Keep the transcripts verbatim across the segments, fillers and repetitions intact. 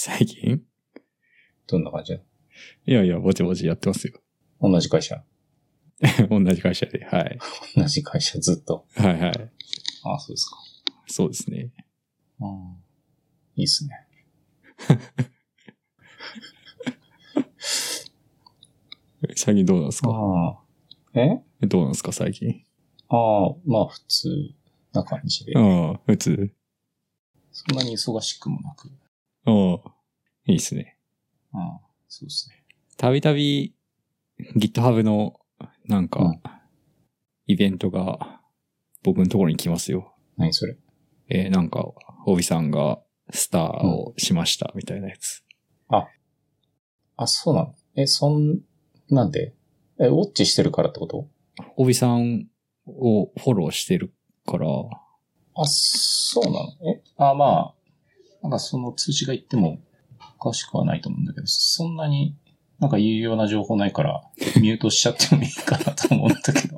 最近どんな感じだ？ いやいや、ぼちぼちやってますよ。 同じ会社同じ会社で、はい。 同じ会社ずっと。 はいはい。 ああ、そうですか。 そうですね。 うん。いいっすね。 最近どうなんですか？ ああ。えどうなんですか最近？ ああ、まあ普通な感じで。 ああ、普通。 そんなに忙しくもなく。 ああ、いいっすね。 ああ、そうですね。 たびたび GitHub のなんか、 うん、 イベントが僕のところに来ますよ。 何それ？ えー、なんか、オビさんがスターをしましたみたいなやつ。 うん、あ、あ、そうなの？え、そん、なんで？え、ウォッチしてるからってこと？ オビさんをフォローしてるから。 あ、そうなの？え、あ、まあ、なんかその通知が言ってもおかしくはないと思うんだけど、そんなになんか有用な情報ないから、ミュートしちゃってもいいかなと思うんだけど。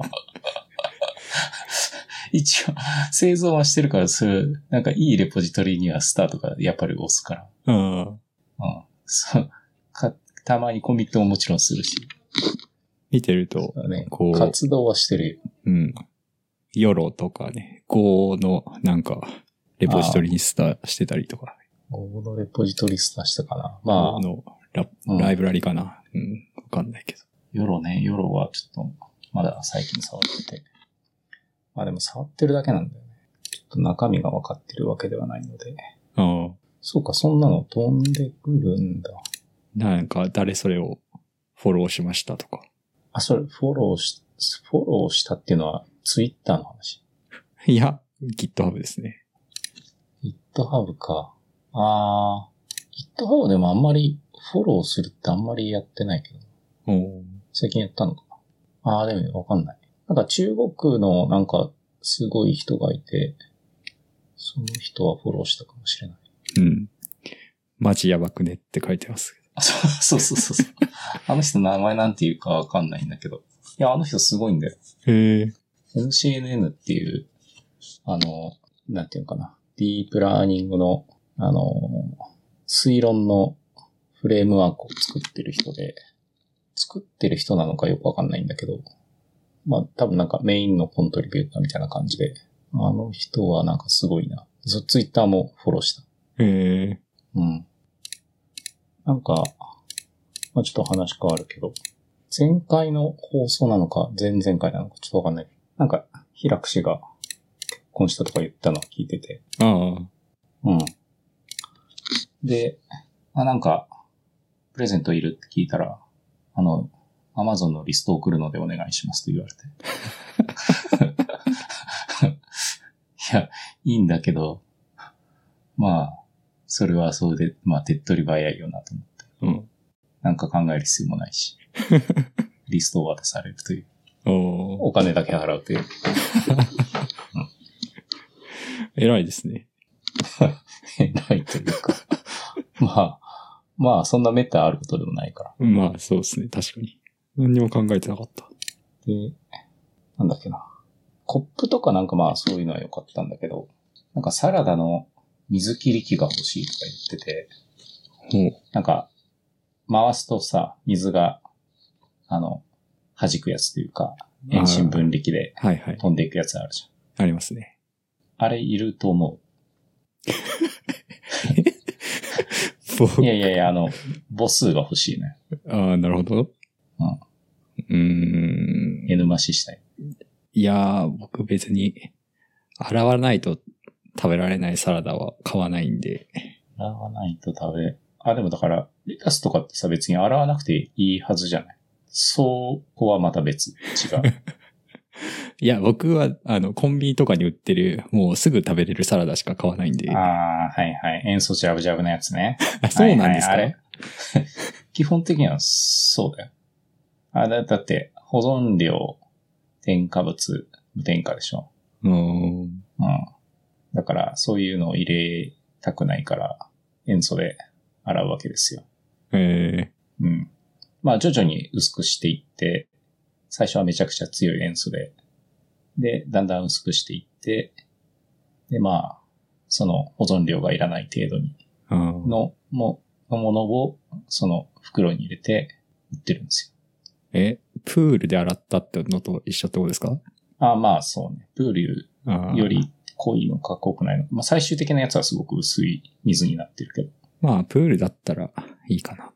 一応、製造はしてるから、それ、なんかいいレポジトリにはスターとかやっぱり押すから。 うん。 うん。そう。か、たまにコミットももちろんするし。 見てると、 ね、 こう。 活動はしてるよ。 うん。ヨロとかね、Go のなんか、レポジトリにスターしてたりとか。 Go のレポジトリスターしたかな。まあ。 Go のラ、 うん、 ライブラリかな。うん。わかんないけど。 ヨロね、ヨロはちょっと、まだ最近触ってて。まあでも触ってるだけなんだよね。ちょっと中身が分かってるわけではないので。 ああ。 そうか、そんなの飛んでくるんだ。 なんか、誰それをフォローしましたとか。 あ、それ、フォローし、フォローしたっていうのは、ツイッターの話？ いや、GitHub ですね。 GitHub か。あー、GitHub でもあんまり、フォローするってあんまりやってないけど。 お最近やったのかな。あー、でもわかんない。なんか中国のなんか、すごい人がいて、その人はフォローしたかもしれない。 うん。マジやばくねって書いてます。 そうそうそうそう。あの人名前なんていうかわかんないんだけど。いや、あの人すごいんだよ。 へえ。 エヌシーエヌエヌ っていう、あの、なんていうのかな。ディープラーニングの、あの、推論のフレームワークを作ってる人で、作ってる人なのかよくわかんないんだけど、まあ多分なんかメインのコントリビューターみたいな感じで、あの人はなんかすごいな。ツイッターもフォローした。 へえ。 うん。なんか、まあちょっと話変わるけど、前回の放送なのか、前々回なのかちょっとわかんない。なんか、平く氏が結婚したとか言ったのを聞いてて。 ああ。 うん。で、あ、なんか、プレゼントいるって聞いたら、あの、アマゾンのリストを送るのでお願いしますと言われて。いや、いいんだけど、まあ、それはそれで、まあ、手っ取り早いよなと思って。 うん。 なんか考える必要もないし。リストを渡されるという。 おお金だけ払うという。うん、 偉いですね。 偉いというか。まあ、まあ、そんなめったあることでもないから。 まあ、そうですね。確かに。何にも考えてなかった。 で、なんだっけな。コップとかなんかまあそういうのは良かったんだけど、なんかサラダの水切り器が欲しいとか言ってて、 ほう。 なんか回すとさ、水が、あの、弾くやつというか、遠心分離器ではいはい。 飛んでいくやつあるじゃん。 ありますね。 あれいると思う。 僕いやいやいや、あの、母数が欲しいね。 ああ、なるほど。 うん。 うーん。 N 増ししたい。 いやー、僕別に、洗わないと食べられないサラダは買わないんで。 洗わないと食べ、あ、でもだから、レタスとかってさ、別に洗わなくていいはずじゃない。そこはまた別。違う。 いや、僕は、あの、コンビニとかに売ってる、もうすぐ食べれるサラダしか買わないんで。 ああ、はいはい。塩素ジャブジャブのやつね。 あ、そうなんですか？ はいはい、あれ基本的にはそうだよ。あだ、だって、保存料、添加物、無添加でしょ。 うーん。 うん。だから、そういうのを入れたくないから、塩素で洗うわけですよ。 えうん。まあ、徐々に薄くしていって、最初はめちゃくちゃ強い塩素で、で、だんだん薄くしていって、で、まあ、その保存量がいらない程度にー、 の、ものものを、その袋に入れて売ってるんですよ。え、プールで洗ったってのと一緒ってことですか？ ああ、まあそうね。プールより濃いのか濃くないのか。まあ最終的なやつはすごく薄い水になってるけど。 まあプールだったらいいかな。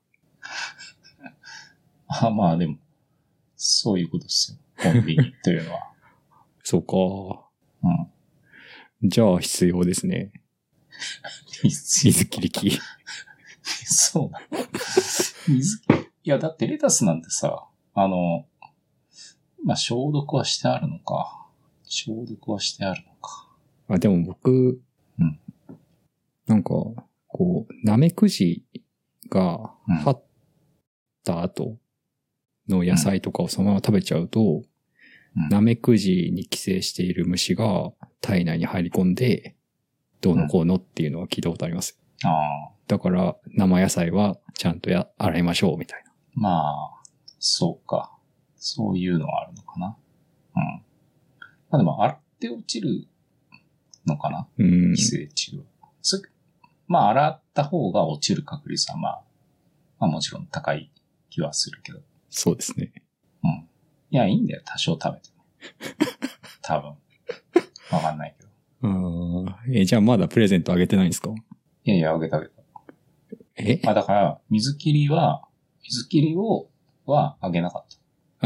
あまあでも、そういうことですよ。コンビニというのは。 そうか。 うん。 じゃあ必要ですね。水切り器。 そうなの。水切り。いや、だってレタスなんてさ、あの、まあ、消毒はしてあるのか。消毒はしてあるのか。 あ、でも僕、 うん、 なんか、こう、ナメクジが、張った後の野菜とかをそのまま食べちゃうと、うん、ナメクジに寄生している虫が体内に入り込んで、どうのこうのっていうのは聞いたことあります。 うん、あだから、生野菜はちゃんとや洗いましょうみたいな。 まあ、そうか。そういうのはあるのかな。うん。まあでも、洗って落ちるのかな、 うん、 寄生虫は。まあ、洗った方が落ちる確率はまあ、まあもちろん高い気はするけど。 そうですね。 うん。いや、いいんだよ。多少食べても。多分。わかんないけど。 あえ、じゃあまだプレゼントあげてないんですか？ いやいや、あげたあげた。 えまあだから、水切りは、水切りを、はあげなかった。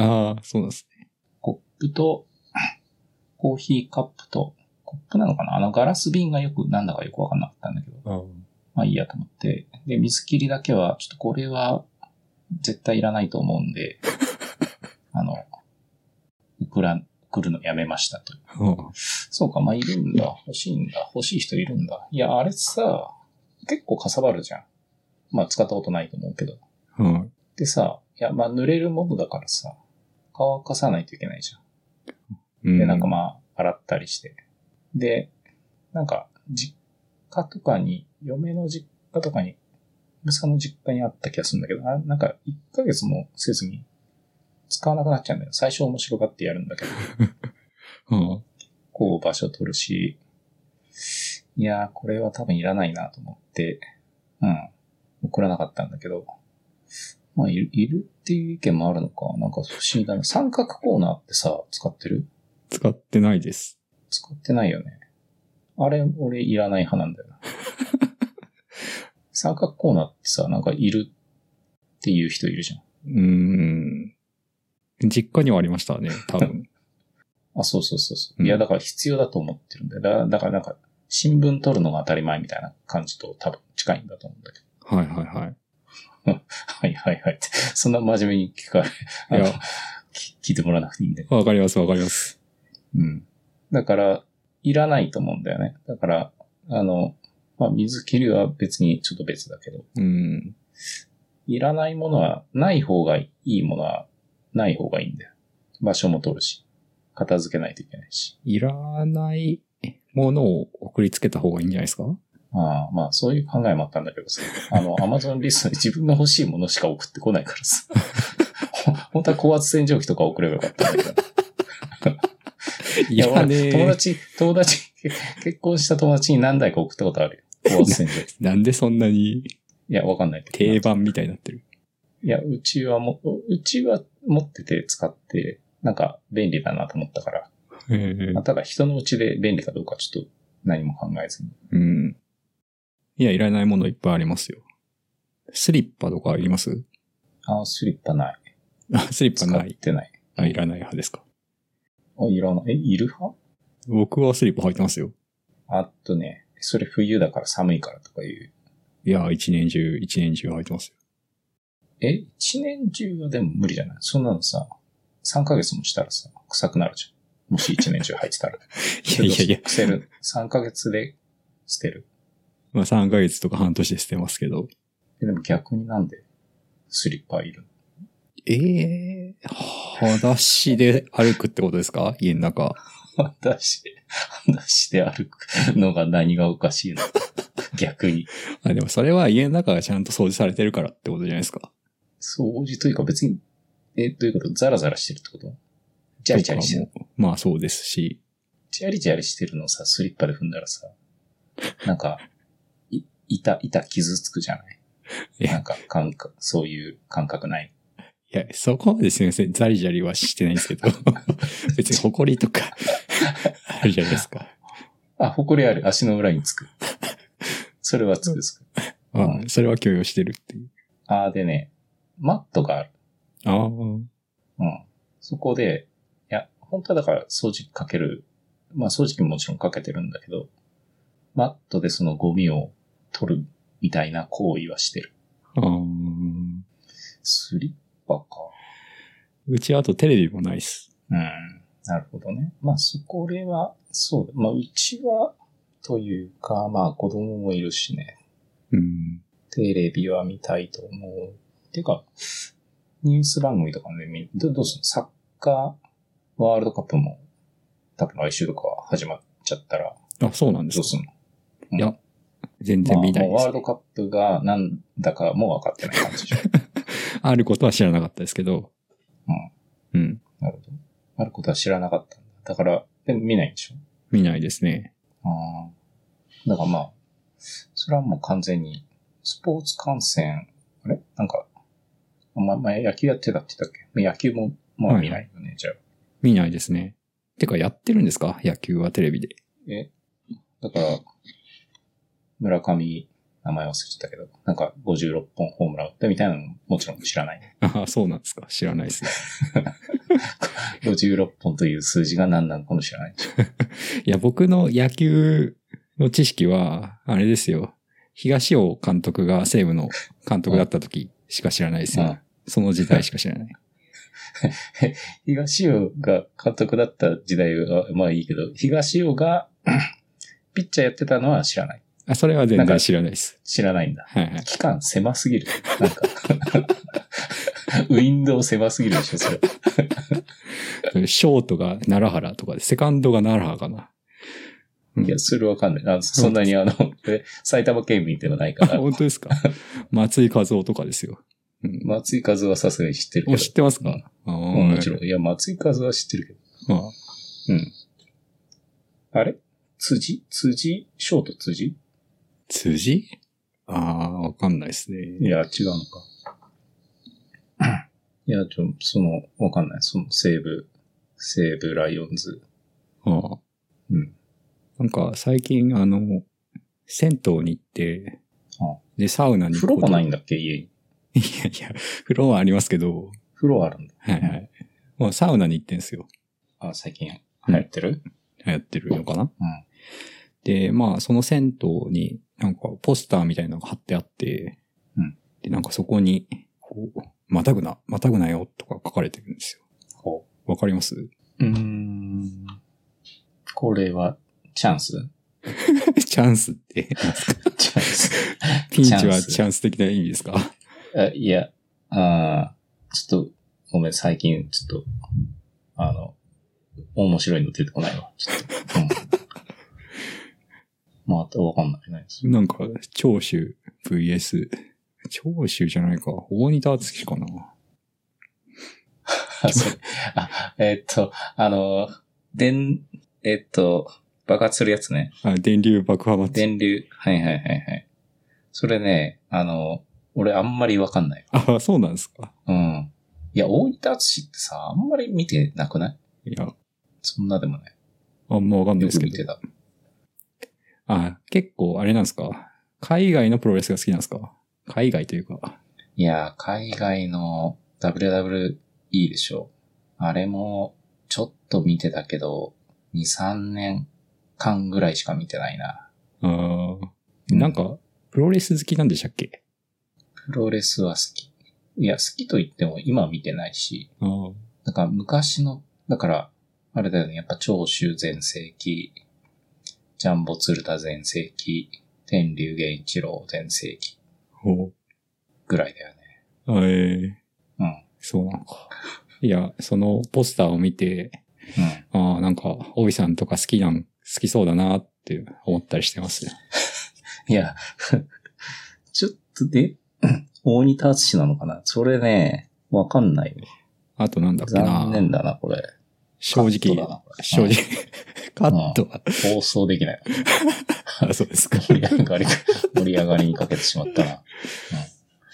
ああ、そうなんですね。 コップと、コーヒーカップと、コップなのかな、あのガラス瓶がよく、なんだかよくわかんなかったんだけど。 あまあいいやと思って。で、水切りだけは、ちょっとこれは、絶対いらないと思うんで、あの、送ら、送るのやめましたという。そうか、まあいるんだ。欲しいんだ。欲しい人いるんだ。いや、あれさ、結構かさばるじゃん。まあ使ったことないと思うけど。 うん、 でさ、いや、まあ濡れるものだからさ、乾かさないといけないじゃん。うん、で、なんかまあ、洗ったりして。で、なんか、実家とかに、嫁の実家とかに、嫁さんの実家にあった気がするんだけど、あなんかいっかげつもせずに使わなくなっちゃうんだよ。最初面白がってやるんだけど。 うん、 こう場所取るし、いやー、これは多分いらないなと思って、うん、送らなかったんだけど、まあ、いる、いるっていう意見もあるのか。なんか不思議だな。三角コーナーってさ、使ってる？ 使ってないです。 使ってないよね。あれ、俺いらない派なんだよな。三角コーナーってさ、なんかいるっていう人いるじゃん。 うーん。実家にはありましたね、多分。 あ、そうそうそうそう、うん。いや、だから必要だと思ってるんだよ。だだからなんか、新聞取るのが当たり前みたいな感じと多分近いんだと思うんだけど。はいはいはい。 はいはいはい。そんな真面目に聞かれ、いや聞いてもらわなくていいんだよ。 わかりますわかります。 うん。だから、いらないと思うんだよね。だから、あの、まあ、水切りは別にちょっと別だけど。 うん。 いらないものは、ない方がいいものは、ない方がいいんだよ。場所も取るし、片付けないといけないし。 いらないものを送りつけた方がいいんじゃないですか？ ああ、まあ、そういう考えもあったんだけどさ。あの、アマゾンリストに自分の欲しいものしか送ってこないからさ。本当は高圧洗浄機とか送ればよかったんだけど。いや、俺、友達、友達、結婚した友達に何台か送ったことあるよ。高圧洗浄機。 なんでそんなに。 いや、わかんないけど。 定番みたいになってる。 いや、うちはも、うちは持ってて使って、なんか便利だなと思ったから。まあ、ただ人のうちで便利かどうかちょっと何も考えずに。 うん。いや、いらないものいっぱいありますよ。スリッパとかいります？ あ、スリッパない。 あ、スリッパない。 使ってない。 あ、いらない派ですか？ あ、いらない。え、いる派？ 僕はスリッパ履いてますよ。 あとね、それ冬だから寒いからとかいう。 いや、一年中、一年中履いてますよ。 え、一年中はでも無理じゃない？そんなのさ、さんかげつもしたらさ、臭くなるじゃん。もし一年中履いてたら。 いやいやいや。 捨てる。さんかげつで捨てる。 まあさんかげつとか半年で捨てますけど。 え、でも逆になんでスリッパいるの？ ええー、裸足で歩くってことですか？家の中。 裸足、裸足で歩くのが何がおかしいの？逆に。 あ、でもそれは家の中がちゃんと掃除されてるからってことじゃないですか。 掃除というか別に、え、どういうこと？ザラザラしてるってこと？ジャリジャリしてる。 まあそうですし。 ジャリジャリしてるのさ、スリッパで踏んだらさ、なんか、い、板、板傷つくじゃない？ なんか感覚、そういう感覚ない。 いや、そこまですみません。ザリザリはしてないんですけど。別に埃とかあるじゃないですか。 あ、埃ある。足の裏につく。それはつくですか。 あ、うん、それは許容してるっていう。 ああ、でね、マットがある。 ああ。 うん。そこで、いや、本当はだから掃除機かける。まあ掃除機ももちろんかけてるんだけど、マットでそのゴミを取るみたいな行為はしてる。 ああ。 スリッパか。 うちはあとテレビもないっす。 うん。なるほどね。まあそこれは、そうだ。まあうちは、というか、まあ子供もいるしね。 うん。 テレビは見たいと思う。てか、ニュース番組とかね、どどうするの？サッカーワールドカップも多分来週とか始まっちゃったら。 あ、そうなんですか。 どうするの？ うん、いや、全然見ないです、ね。 まあ、ワールドカップがなんだかもう分かってない感じでしょ。 あることは知らなかったですけど。 うん。 うん。 なるほど。あることは知らなかったんだ。だから、でも見ないんでしょ？ 見ないですね。 ああ。だからまあ、それはもう完全に、スポーツ観戦、あれなんか、ま、前野球やってたって言ったっけ？野球も、もう見ないよね、はい、じゃあ。 見ないですね。てか、やってるんですか？野球はテレビで。 え、だから、村上、名前忘れちゃったけど、なんかごじゅうろっぽんホームラン打ったみたいなのももちろん知らない。 ああ、そうなんですか。知らないですね。 ごじゅうろっぽんという数字が何なのかも知らない。 いや、僕の野球の知識は、あれですよ。東尾監督が西武の監督だった時しか知らないですよ。うん、その時代しか知らない。 東尾が監督だった時代は、まあいいけど、東尾がピッチャーやってたのは知らない。 あ、それは全然知らないです。 知らないんだ。 はいはい。 期間狭すぎる。なんか、ウィンドウ狭すぎるでしょ、それ。ショートが奈良原とかで、セカンドが奈良原かな。 うん、いや、それわかんない。あそんなにあの、埼玉県民ではないから。 本当ですか？松井和夫とかですよ。 うん、松井和夫はさすがに知ってるけど。 知ってますか？ うん、もちろん。いや、松井和夫は知ってるけど。ああうん。あれ辻辻ショート辻辻ああ、わかんないですね。 いや、違うのか。いや、ちょ、その、わかんない。その、西武、西武ライオンズ。 ああ。うん。なんか、最近、あの、銭湯に行って、ああで、サウナに行く。 風呂もないんだっけ、家に。 いやいや、風呂はありますけど。 風呂はあるんだ。 はいはい。もうサウナに行ってんすよ。 あ、最近流行ってる、うん、 流行ってるのかな、 うん、 で、まあ、その銭湯になんかポスターみたいなのが貼ってあって、うん、で、なんかそこに、こう、またぐな、またぐなよとか書かれてるんですよ。ほう。わかります？ うーん。これは、チャンスチャンスってチャンス。 ピンチはチャンス的な意味ですか？ あいや、あちょっと、ごめん、最近、ちょっと、あの、面白いの出てこないわ。ちょっと。うん、まあ、わかんない。ないです。 なんか、長州 ブイエス、長州じゃないか、大仁田敦かな。 それあ、えー、っと、あの、電、えー、っと、爆発するやつね。 あ、電流爆破祭り。電流。はいはいはいはい。それね、あの、俺あんまりわかんない。 あ、そうなんですか。 うん。いや、大仁田敦ってさ、あんまり見てなくない？ いや。 そんなでもない。 あんまわかんないですけど。 よく見てた。 あ、結構あれなんですか？海外のプロレスが好きなんですか？海外というか。 いや、海外の ダブリューダブリューイー でしょ。あれも、ちょっと見てたけど、に、さんねんかんぐらいしか見てないな。 ああ、うん。なんか、プロレス好きなんでしたっけ？ プロレスは好き。いや、好きと言っても今見てないし。 ああ。 だから昔の、だから、あれだよね、やっぱ長州全盛期、ジャンボ鶴田全盛期、天竜源一郎全盛期。 ほう。 ぐらいだよね。 あえー、うん。 そうなのか。いや、そのポスターを見て、うん、ああ、なんか、大井さんとか好きなん、好きそうだなって思ったりしてますね。 いや、ちょっとで、大仁田敦なのかな？それね、わかんないよ。 あとなんだっけな。 残念だな、これ。 正直、正直、カットは、 うん。放送できない。 あ、そうですか。 盛り上がり、盛り上がりにかけてしまったな。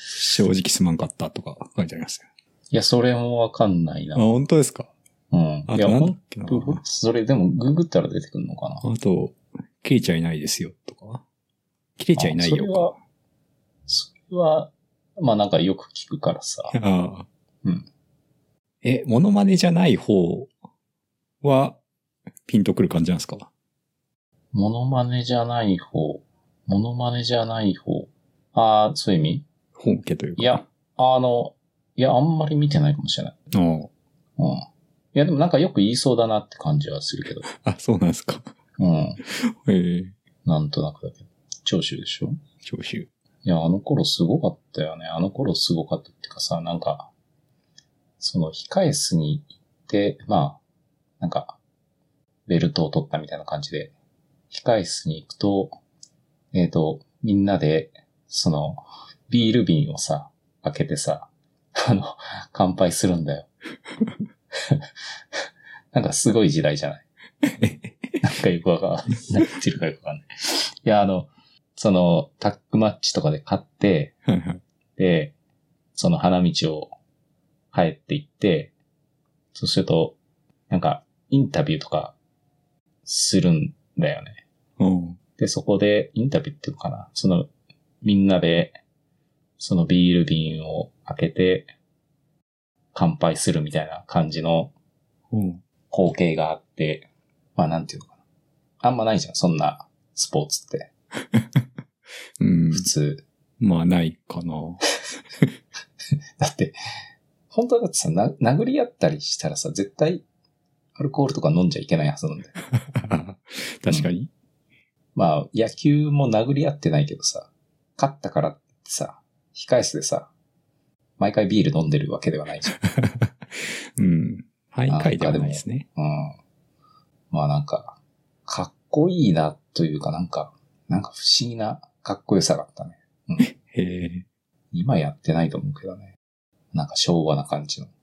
正直すまんかったとか書いてありますよ。 いや、それもわかんないな。 あ、本当ですか？ うん。 あいや、 となんだっけな。 それでもググったら出てくるのかな。 あと、切れちゃいないですよとか。切れちゃいないよか。 それは、それは、まあなんかよく聞くからさ。 ああ。 うん。 え、モノマネじゃない方は、ピンとくる感じなんですか？ モノマネじゃない方。モノマネじゃない方。ああ、そういう意味？ 本家というか。 いや、あの、いや、あんまり見てないかもしれない。 ああ。 うん。いや、でもなんかよく言いそうだなって感じはするけど。 あ、そうなんですか。 うん。 へえ。 なんとなくだけど。長州でしょ？ 長州。 いや、あの頃すごかったよね。あの頃すごかったっていうかさ、なんか、その控え室に行って、まあ、なんか、ベルトを取ったみたいな感じで、控え室に行くと、えっと、みんなで、その、ビール瓶をさ、開けてさ、あの、乾杯するんだよ。なんかすごい時代じゃない？なんかよくわかんない。何言ってるかよくわかんない。いや、あの、その、タッグマッチとかで買って、で、その花道を帰っていって、そうすると、なんか、インタビューとか、するんだよね。 うん、 で、そこで、インタビューっていうのかな。その、みんなで、そのビール瓶を開けて、乾杯するみたいな感じの、光景があって、まあなんていうのかな。あんまないじゃん、そんなスポーツって。 うん、 普通。 まあないかな。 だって、本当はだってさ、な、殴り合ったりしたらさ、絶対、アルコールとか飲んじゃいけないはずなんだよ。 確かに、うん。 まあ、野球も殴り合ってないけどさ、勝ったからってさ、控え室でさ、毎回ビール飲んでるわけではないじゃん。うん。徘徊ではないですね。 うん。まあなんか、かっこいいなというかなんか、なんか不思議なかっこよさがあったね。うん、へえ。 今やってないと思うけどね。なんか昭和な感じの。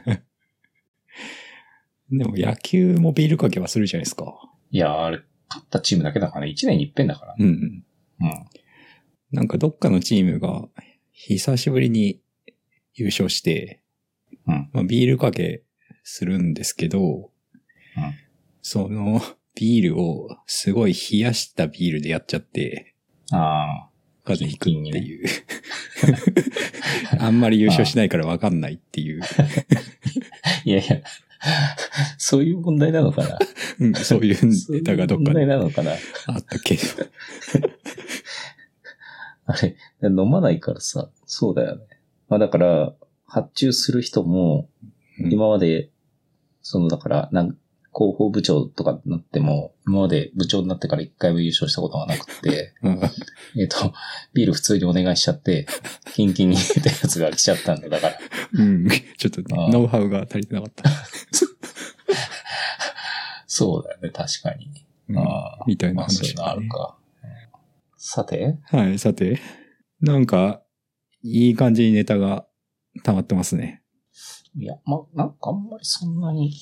でも野球もビールかけはするじゃないですか。 いや、あれ、勝ったチームだけだからね。一年に一遍だからね。うん。うん。なんかどっかのチームが久しぶりに優勝して、うん。まあ、ビールかけするんですけど、うん。そのビールをすごい冷やしたビールでやっちゃって、ああ。風邪ひくっていう。ね、あんまり優勝しないからわかんないっていう。 いやいや、そういう問題なのかな。 うん、そういうネタがどっかにあったけど。 あれ、飲まないからさ、そうだよね。まあだから、発注する人も、今まで、うん、そのだから、なん広報部長とかになっても、今まで部長になってから一回も優勝したことがなくて、うん、えっと、ビール普通にお願いしちゃって、キンキンに入れたやつが来ちゃったんだ、だから。 うん、ちょっと、ね、ノウハウが足りてなかった。 そうだよね、確かに。 うん、あみたいな話、ね。 まあ、そういうのあるか。さてはい、さて。なんか、いい感じにネタが溜まってますね。 いや、ま、なんかあんまりそんなに、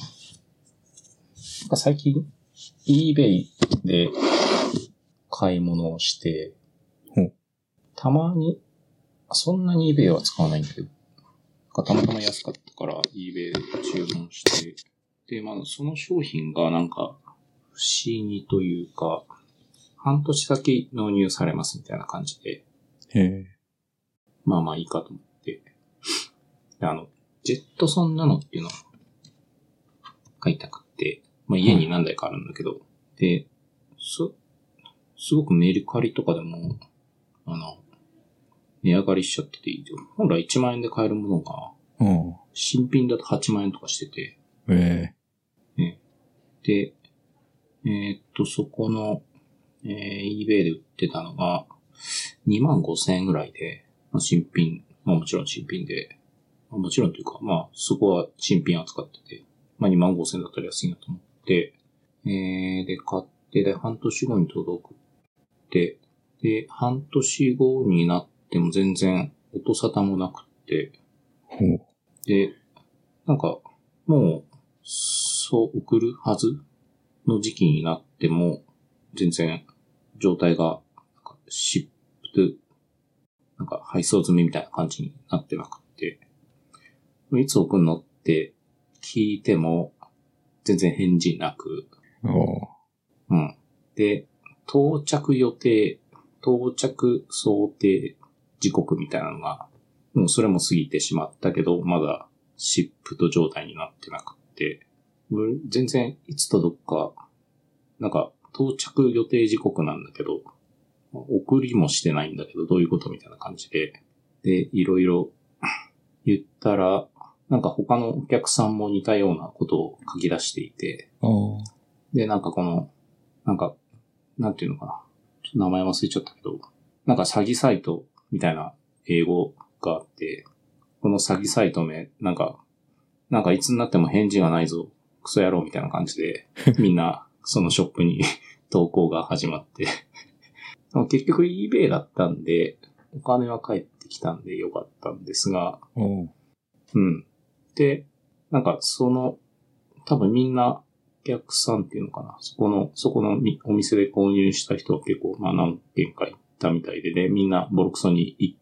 なんか最近、eBay で買い物をして、たまに、そんなに eBay は使わないんだけど、たまたま安かったから eBay で注文して、で、まあ、その商品がなんか、不思議というか、半年先納入されますみたいな感じで。へえ。まあまあいいかと思って。で、あの、ジェットソンナノっていうのを買いたくって、まあ家に何台かあるんだけど、うん、で、す、すごくメルカリとかでも、あの、値上がりしちゃってて、本来いちまん円で買えるものが、うん、新品だとはちまん円とかしてて、へえ。ね。で、えー、っと、そこの、えー、eBay で売ってたのが、にまんごせんえんぐらいで、まあ、新品、まあもちろん新品で、まあ、もちろんというか、まあそこは新品扱ってて、まあにまんごせんえんだったら安いなと思って、えー、で、買ってで半年後に届くって、で、半年後になっても全然音沙汰もなくって、ほう。で、なんか、もう、そう送るはずの時期になっても、全然状態が、シップなんか配送済みみたいな感じになってなくて、いつ送るのって聞いても全然返事なく、 おうん。で、到着予定、到着想定時刻みたいなのが、もうそれも過ぎてしまったけど、まだシップと状態になってなくて、全然いつ届くか、なんか到着予定時刻なんだけど、送りもしてないんだけど、どういうことみたいな感じで、で、いろいろ言ったら、なんか他のお客さんも似たようなことを書き出していて、で、なんかこの、なんか、なんていうのかな。ちょっと名前忘れちゃったけど、なんか詐欺サイトみたいな英語があって、この詐欺サイト名、なんか、なんかいつになっても返事がないぞ、クソ野郎みたいな感じで、みんなそのショップに投稿が始まって、結局 eBay だったんで、お金は返ってきたんでよかったんですが、 おうん。で、なんかその、多分みんなお客さんっていうのかな、そこの、そこのお店で購入した人は結構、まあ何件か行ったみたいで、で、みんなボロクソに行って、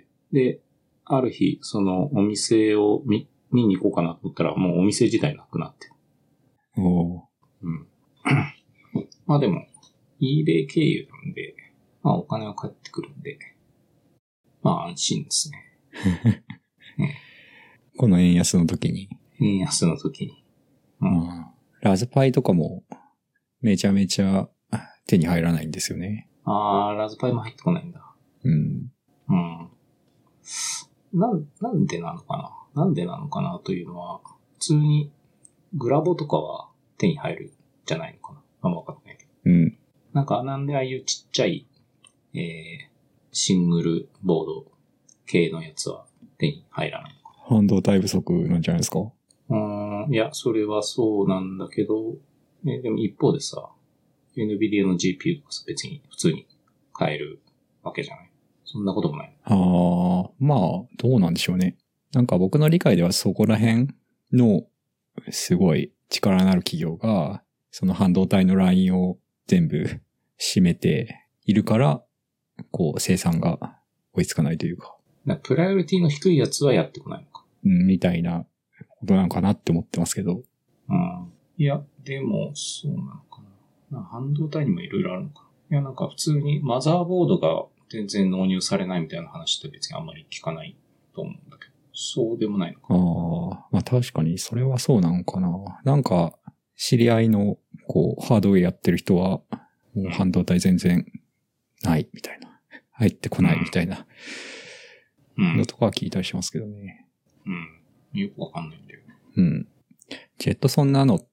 で、ある日、そのお店を見、見に行こうかなと思ったら、もうお店自体なくなって。 おうん。まあでも、eBay 経由なんで、まあお金は返ってくるんで、まあ安心ですね。 うん、この円安の時に。 円安の時に。 うん。ラズパイとかもめちゃめちゃ手に入らないんですよね。 あー、ラズパイも入ってこないんだ。 うん。 うん。なん、なんでなのかななんでなのかなというのは、普通にグラボとかは手に入るじゃないのかなあんまわかんないけど。 うん。 なんかなんでああいうちっちゃい、えー、シングルボード系のやつは手に入らないのかな。半導体不足なんじゃないですか？ うーん、いや、それはそうなんだけど、ね、でも一方でさ、エヌビディア の ジーピーユー とかさ、別に普通に買えるわけじゃない。そんなこともない。 ああ、まあ、どうなんでしょうね。なんか僕の理解ではそこら辺のすごい力のある企業が、その半導体のラインを全部占めているから、こう生産が追いつかないというか。 かプライオリティの低いやつはやってこないのか。 うん、みたいなことなのかなって思ってますけど。 うん。いや、でも、そうなのかな。な半導体にもいろいろあるのか。いや、なんか普通にマザーボードが全然納入されないみたいな話って別にあんまり聞かないと思うんだけど。そうでもないのかな。 ああ、まあ確かにそれはそうなのかな。なんか、知り合いの、こう、ハードウェアやってる人は、もう半導体全然ないみたいな。入ってこないみたいなのとかは聞いたりしますけどね。 うん。うん、よくわかんないんだよね。 うん。ジェットソンナノって、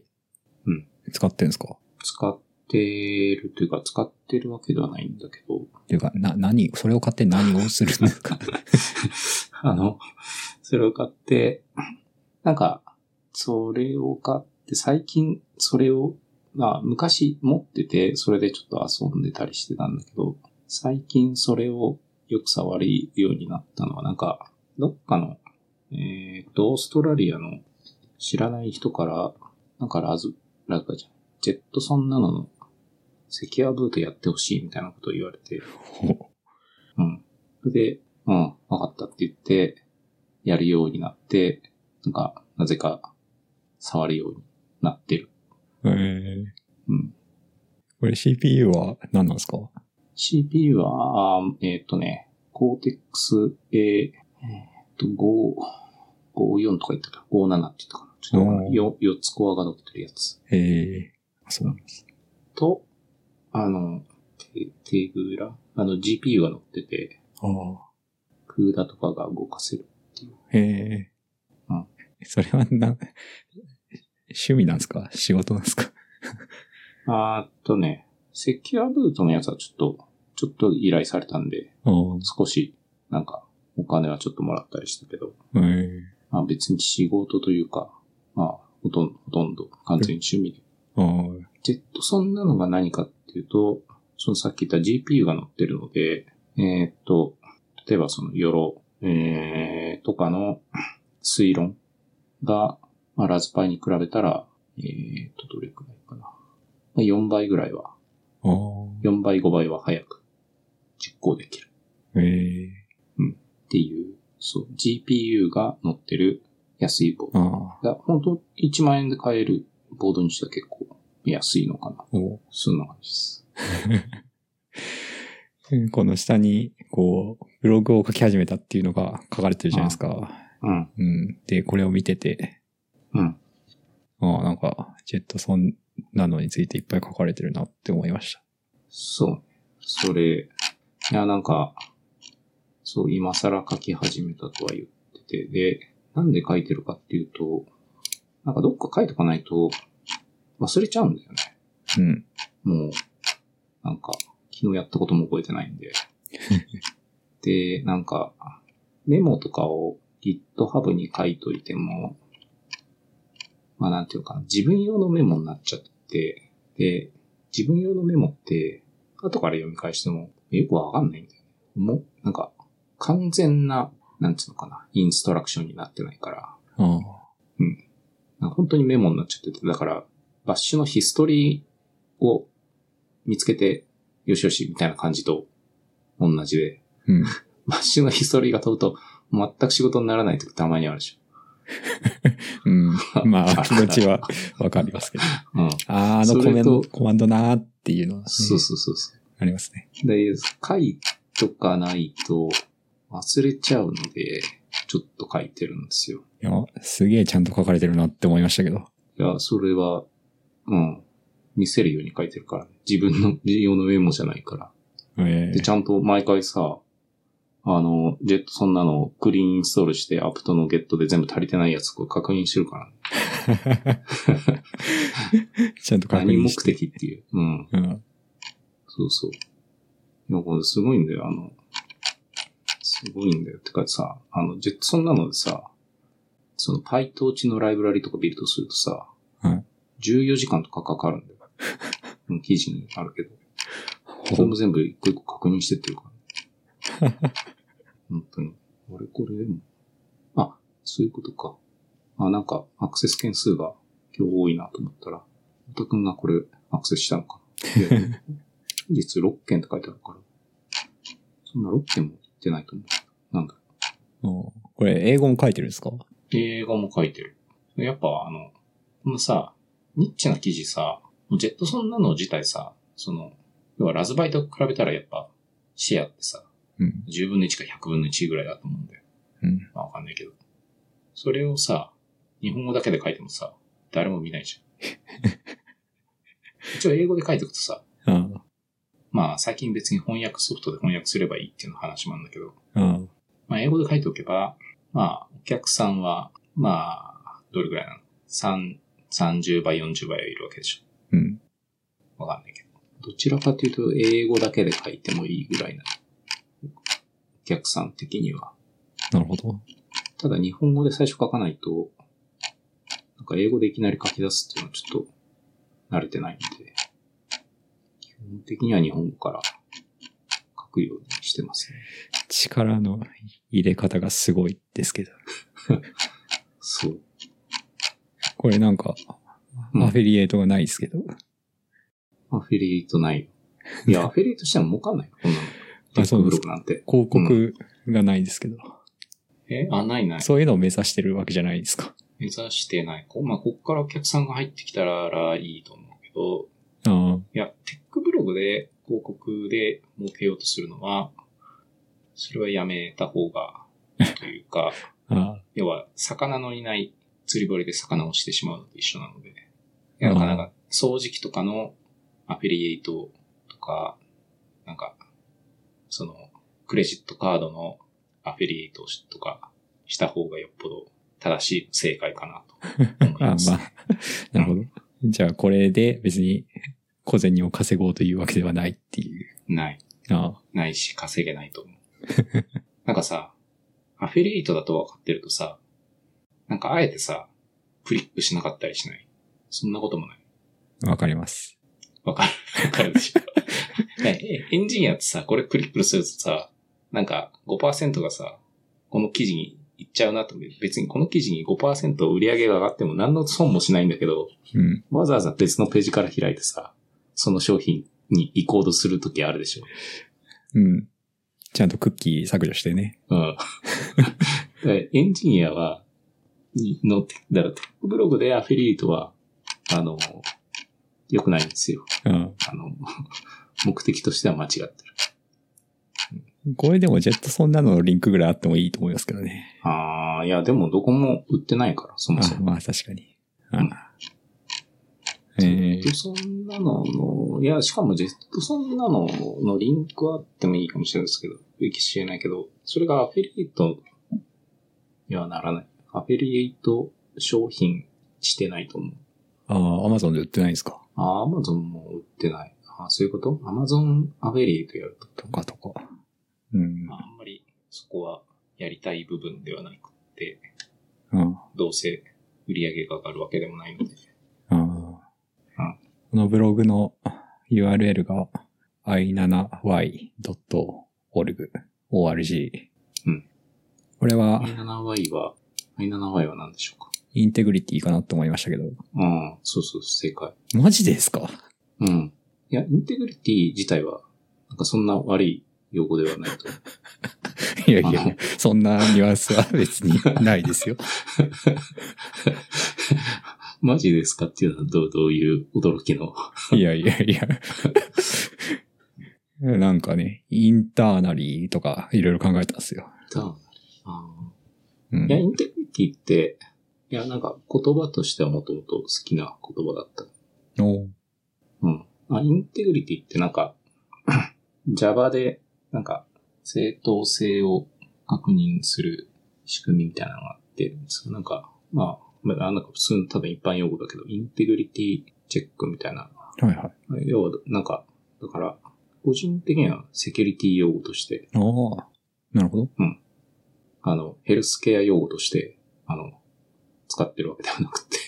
うん。 使ってんですか？ 使ってるというか、使ってるわけではないんだけど。 っていうか、な、何、それを買って何をするんですか？ あの、それを買って、なんか、それを買って最近それを、まあ昔持ってて、それでちょっと遊んでたりしてたんだけど、最近それをよく触るようになったのは、なんか、どっかの、えーと、オーストラリアの知らない人から、なんかラズ、ラズかじゃん。ジェットソンナノのセキュアブートやってほしいみたいなことを言われて、うん。それで、うん、わかったって言って、やるようになって、なんか、なぜか、触るようになってる。 へー。うん。これ シーピーユー は何なんですか？ シーピーユー は、えっとね、コーテックス A、えっと、ご、ごじゅうよんとか言ったか、ごじゅうななって言ったかな。ちょっと よ, よっつコアが乗ってるやつ。 へえ、そうなんです。 と、あの、テーグラあの ジーピーユー が乗ってて、 ああ。 クーダとかが動かせるっていう。 へえ。 うん。 それはな、趣味なんですか？仕事なんですか？ あーっとね、セキュアブートのやつはちょっと、ちょっと依頼されたんで、少し、なんか、お金はちょっともらったりしたけど、 へえ。 まあ別に仕事というか、まあ、ほとんど、ほとんど完全に趣味で。ジェットソンなのが何かっていうと、そのさっき言った ジーピーユー が乗ってるので、えー、っと、例えばそのヨロ、えー、とかの推論が、まあ、ラズパイに比べたら、えー、っと、どれくらいかな。まあ、よんばいぐらいは、よんばい、ごばいは早く実行できる。 へえ。 うん。っていう、そう、ジーピーユー が乗ってる安いボード。 ああ。 だ本当いちまん円で買えるボードにしては結構安いのかな。 おそんな感じです。 この下に、こう、ブログを書き始めたっていうのが書かれてるじゃないですか。 うん。 うん。で、これを見てて、 うん。 ああ、なんか、ジェットソンなのについていっぱい書かれてるなって思いました。 そう。それ、いや、なんか、そう、今更書き始めたとは言ってて、で、なんで書いてるかっていうと、なんかどっか書いとかないと忘れちゃうんだよね。 うん。 もう、なんか、昨日やったことも覚えてないんで。で、なんか、メモとかを GitHub に書いといても、まあなんていうかな、自分用のメモになっちゃって、で、自分用のメモって、後から読み返してもよくわかんないんだよね。もう、なんか、完全な、なんていうのかな、インストラクションになってないから。 ああ。 うん。なんか本当にメモになっちゃってて、だから、バッシュのヒストリーを見つけて、よしよし、みたいな感じと同じで、 うん。 バッシュのヒストリーが飛ぶと、全く仕事にならない時たまにあるでしょ。 うん。まあ、気持ちはわかりますけど。 うん。 ああ、あのコメント、コマンドなーっていうのは、ね。 そうそうそうそう。 ありますね。 で、書いとかないと忘れちゃうので、ちょっと書いてるんですよ。 いや、すげえちゃんと書かれてるなって思いましたけど。 いや、それは、うん。見せるように書いてるから、ね、自分の用のメモじゃないから。 えー、 で、ちゃんと毎回さ、あの、ジェットそんなのクリーンインストールしてアプトのゲットで全部足りてないやつを確認してるからね。 ちゃんと確認して。 何目的っていう。うん。 うん、 そうそう。いや、これすごいんだよ。あの、すごいんだよ。てかさ、あの、ジェットそんなのでさ、その PyTorch のライブラリとかビルドするとさ、 はい、 じゅうよじかんとかかかるんだよ。記事にあるけど。それも全部一個一個確認してってるから、ね。本当に。あれこれでも。あ、そういうことか。あ、なんかアクセス件数が今日多いなと思ったら、太田くんがこれアクセスしたのかな。実ろっけんって書いてあるから。そんなろっけんも言ってないと思う。なんだろう。これ英語も書いてるんですか？ 英語も書いてる。やっぱあの、このさ、ニッチな記事さ、ジェットそんなの自体さ、その、要はラズバイと比べたらやっぱシェアってさ、 うん、 じゅうぶんのいちかひゃくぶんのいちぐらいだと思うんだよ。 うん。 まあわかんないけど。それをさ、日本語だけで書いてもさ、誰も見ないじゃん。一応英語で書いておくとさ、 ああまあ最近別に翻訳ソフトで翻訳すればいいっていうの話もあるんだけど、 ああまあ英語で書いておけば、まあお客さんは、まあ、どれぐらいなの ?さん、さんじゅうばい、よんじゅうばいはいるわけでしょ。 うん。 わかんないけど。どちらかというと英語だけで書いてもいいぐらいな。お客さん的には。 なるほど。 ただ日本語で最初書かないと、なんか英語でいきなり書き出すっていうのはちょっと慣れてないので、基本的には日本語から書くようにしてますね。 力の入れ方がすごいですけど。 そう。これなんか、アフィリエイトがないですけど。 アフィリエイトない。いや、アフィリエイトしても儲かんないよ、こんなの。テックブログなんて。 広告がないですけど。 うん、えあ、ないない。 そういうのを目指してるわけじゃないですか。 目指してない。こまあ、こっからお客さんが入ってきたらいいと思うけど、 ああいや、テックブログで広告で儲けようとするのは、それはやめた方が、というか、 ああ要は、魚のいない釣り堀で魚をしてしまうのと一緒なので、いや、なんか、なんか、掃除機とかのアフィリエイトとか、なんか、その、クレジットカードのアフィリエイトとかした方がよっぽど正しい正解かなと思います。 あまあ、なるほど。うん、じゃあ、これで別に小銭を稼ごうというわけではないっていう。 ない。 ああないし、稼げないと思う。なんかさ、アフィリエイトだと分かってるとさ、なんかあえてさ、クリックしなかったりしない？そんなこともない。 わかります。 わかる。わかるでしょ。ね、エンジニアってさ、これクリックするとさ、なんか ごパーセント がさ、この記事に行っちゃうなと。別にこの記事に ごパーセント 売り上げが上がっても何の損もしないんだけど、 うん、 わざわざ別のページから開いてさ、その商品に移行とするときあるでしょ。 うん。 ちゃんとクッキー削除してね。 うん。エンジニアは、の、だからテックブログでアフィリエイトは、あの、良くないんですよ。 うん。 あの、目的としては間違ってる。 これでもジェットソンなのリンクぐらいあってもいいと思いますけどね。 ああ、いや、でもどこも売ってないから、そもそも。 あまあ確かに。あうんえー、ジェットソンナノの、いや、しかもジェットソンナノのリンクはあってもいいかもしれないですけど、いいかもしれないけど、それがアフィリエイトにはならない。アフィリエイト商品してないと思う。 ああ、アマゾンで売ってないんですか？ ああ、アマゾンも売ってない。ああ、そういうこと？アマゾンアフィリエイトやると。 とかとか。うん。 あんまりそこはやりたい部分ではなくて、 うん、 どうせ売り上げが上がるわけでもないので。 ああ、 うん、 このブログの ユーアールエル が アイセブンワイドットオルグ、オーアールジー。 うん。 これは、 アイセブンワイ は、アイセブンワイ は何でしょうか？ インテグリティかなと思いましたけど。 うん、そうそう、正解。 マジですか？ うん。いや、インテグリティ自体は、なんかそんな悪い用語ではないと。 いやいやいや、そんなニュアンスは別にないですよ。 マジですかっていうのはどう、どういう驚きの。 いやいやいや。なんかね、インターナリーとかいろいろ考えたんですよ。 インターナリー。あうん、 いや、インテグリティって、いや、なんか言葉としてはもともと好きな言葉だった。 おうん。あ、インテグリティってなんか、Java で、なんか、正当性を確認する仕組みみたいなのがあって、なんか、まあ、まあ、なんか普通の多分一般用語だけど、インテグリティチェックみたいな。 はいはい。 要は、なんか、だから、個人的にはセキュリティ用語として。 ああ、なるほど。 うん。あの、ヘルスケア用語として、あの、使ってるわけではなくて。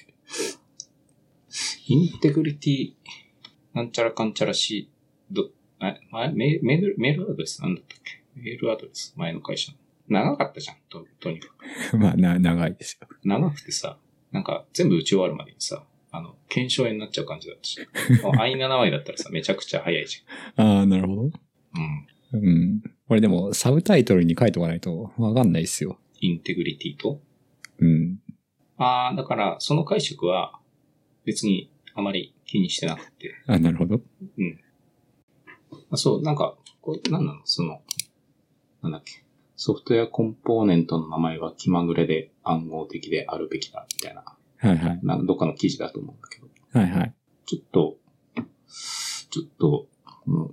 インテグリティ、なんちゃらかんちゃらし、ど、あ、メメール、メールアドレスなんだったっけ？メールアドレス、前の会社の。長かったじゃん、と、とにかく。まあ、な、長いですよ。 長くてさ、なんか全部打ち終わるまでにさ、あの、検証になっちゃう感じだったし。アイセブンワイ だったらさ、めちゃくちゃ早いじゃん。ああ、なるほど。 うん。 うん。これでも、サブタイトルに書いておかないとわかんないですよ。 インテグリティと？ うん。 ああ、だから、その解釈は、別にあまり気にしてなくて。 あ、なるほど。 うん。あ、そう、なんか、これ、なんなのその、なんだっけ。ソフトウェアコンポーネントの名前は気まぐれで暗号的であるべきだ、みたいな。 はいはい。 なんかどっかの記事だと思うんだけど。 はいはい。 ちょっと、ちょっと、この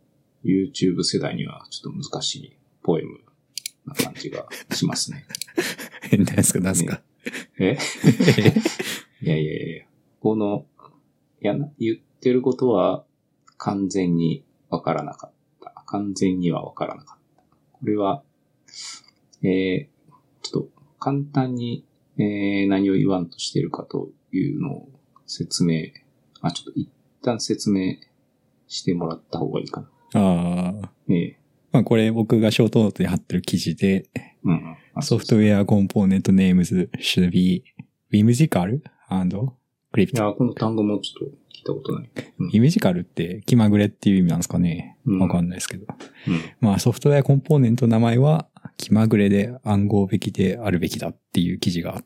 YouTube 世代にはちょっと難しいポエムな感じがしますね。 何ですか、何ですか。 ね、えいやいやいやこの、いや、言ってることは完全にわからなかった。完全にはわからなかった。これは、えー、ちょっと簡単に、えー、何を言わんとしているかというのを説明、あ、ちょっと一旦説明してもらった方がいいかな。 ああ。 ええ。 まあこれ僕がショートノートに貼ってる記事で、 うんうん、 ソフトウェアコンポーネントネームズ should be whimsical and cryptic。 いや、この単語もちょっと聞いたことない。 うん、whimsical って気まぐれっていう意味なんですかね。わ、うん、かんないですけど。うん、まあソフトウェアコンポーネントの名前は気まぐれで暗号べきであるべきだっていう記事があって、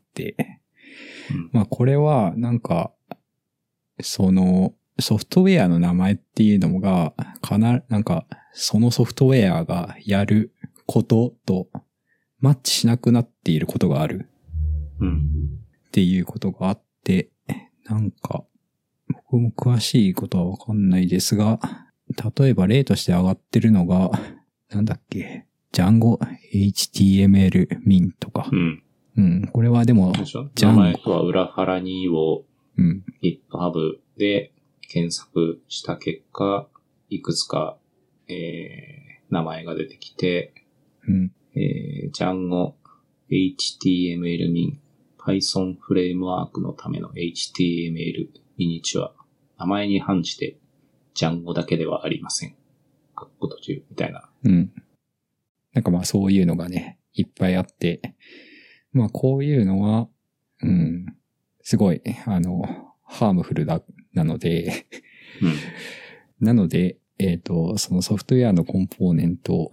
うん、まあこれはなんか、そのソフトウェアの名前っていうのが、かな、なんかそのソフトウェアがやることとマッチしなくなっていることがある。 うん。 っていうことがあって、なんか、僕も詳しいことはわかんないですが、例えば例として上がってるのが、なんだっけ、Django エイチティーエムエル min とか。 うん。 うん。これはでも、 名前とは裏腹にを、 うん。 GitHub で検索した結果、いくつか、えー、名前が出てきて、 うん。 えー、Django エイチティーエムエル min Python フレームワークのための エイチティーエムエル ミニチュア。名前に反して Django だけではありません。カッコ途中みたいな。 うん。なんかまあそういうのがね、いっぱいあって、まあこういうのは、うん、すごい、あの、ハームフルだ、なので、 うん、 なので、えっと、そのソフトウェアのコンポーネント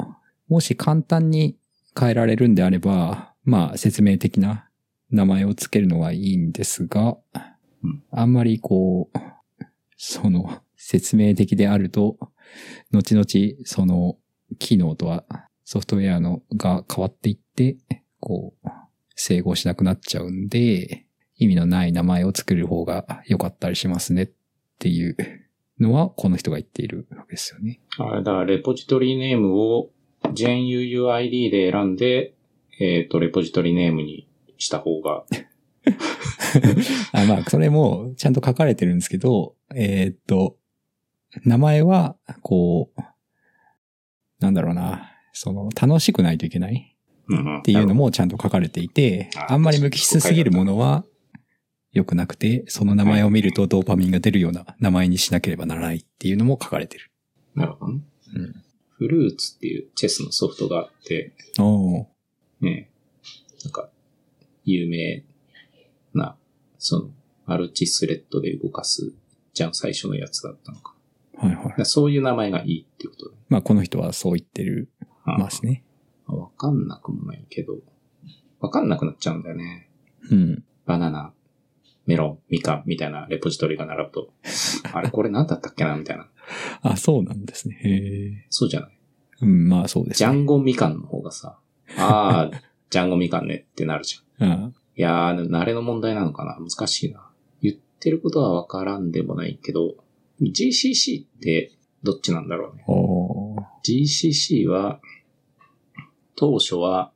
もし簡単に変えられるんであれば、まあ説明的な名前をつけるのはいいんですが、 うん、 あんまりこう、その説明的であると、後々その機能とはソフトウェアのが変わっていって、こう、整合しなくなっちゃうんで、意味のない名前を作る方が良かったりしますねっていうのは、この人が言っているわけですよね。 あれだ、レポジトリネームを ジェンユーユーアイディー で選んで、えっと、レポジトリネームにした方が。 あ、まあ、それもちゃんと書かれてるんですけど、えー、っと、名前は、こう、なんだろうな、その、楽しくないといけないっていうのもちゃんと書かれていて、あんまり無機質すぎるものは良くなくて、その名前を見るとドーパミンが出るような名前にしなければならないっていうのも書かれてる。 なるほどね。 うん。 フルーツっていうチェスのソフトがあって、 おー。 ね、なんか、有名な、その、マルチスレッドで動かす、じゃん、最初のやつだったのか。 はいはい。 そういう名前がいいっていうことだね。 まあ、この人はそう言ってるますね。 わかんなくもないけど、わかんなくなっちゃうんだよね。 うん。 バナナ、メロン、ミカンみたいなレポジトリが並ぶと、あれこれ何だったっけなみたいな。 あ、そうなんですね。へえ。 そうじゃない。 うん、まあそうですね。ジャンゴミカンの方がさ、ああ、ジャンゴミカンねってなるじゃん。 ああいやー、慣れの問題なのかな難しいな。言ってることはわからんでもないけど、ジーシーシー ってどっちなんだろうね。 おー。 ジーシーシー は、当初は、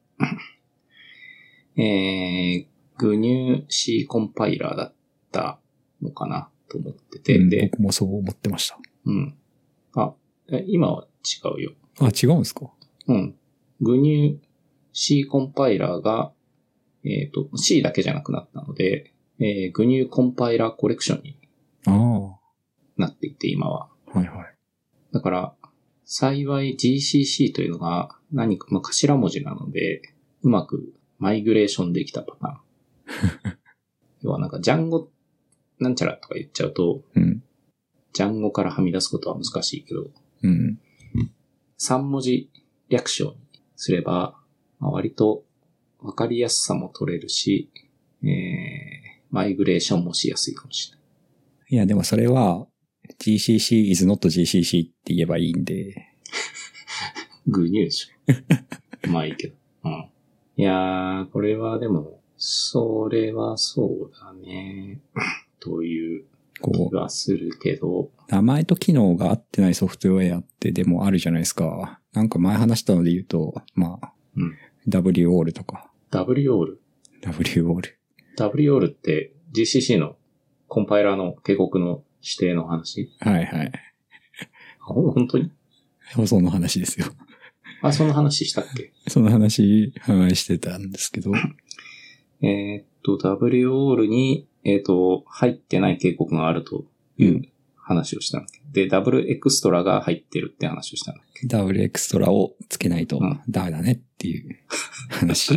えー、グニュー C コンパイラーだったのかなと思ってて、 うん、 で、 僕もそう思ってました。 うん。あ、今は違うよ。 あ、違うんですか？ うん。グニュー C コンパイラーが、えっと、C だけじゃなくなったので、えー、グニューコンパイラーコレクションになっていて、今は。 はいはい。 だから、幸い ジーシーシー というのが何か、まあ、頭文字なので、うまくマイグレーションできたパターン。要はなんか、ジャンゴなんちゃらとか言っちゃうと、 うん、 ジャンゴからはみ出すことは難しいけど、 うん、 さん文字略称にすれば、まあ、割とわかりやすさも取れるし、えー、マイグレーションもしやすいかもしれない。 いや、でもそれは、ジーシーシー is not ジーシーシー って言えばいいんで。 グニューでしょ。まあいいけど。うん。いやー、これはでも、それはそうだね。という気がするけど。 名前と機能が合ってないソフトウェアってでもあるじゃないですか。なんか前話したので言うと、まあ、 うん、 ダブリューオール とか。 ダブリューオール? ダブリューオール。 ダブリューオール って ジーシーシー のコンパイラーの警告の指定の話？ はいはい。 あ、本当に？ その話ですよ。 あ、その話したっけ？ その話、話してたんですけど。 えーっと、ダブリューオール に、えーっと、入ってない警告があるという話をしたんだっけ、うん、で、ダブルエクストラが入ってるって話をしたんだっけ？ ダブルエクストラをつけないとダメだねっていう話。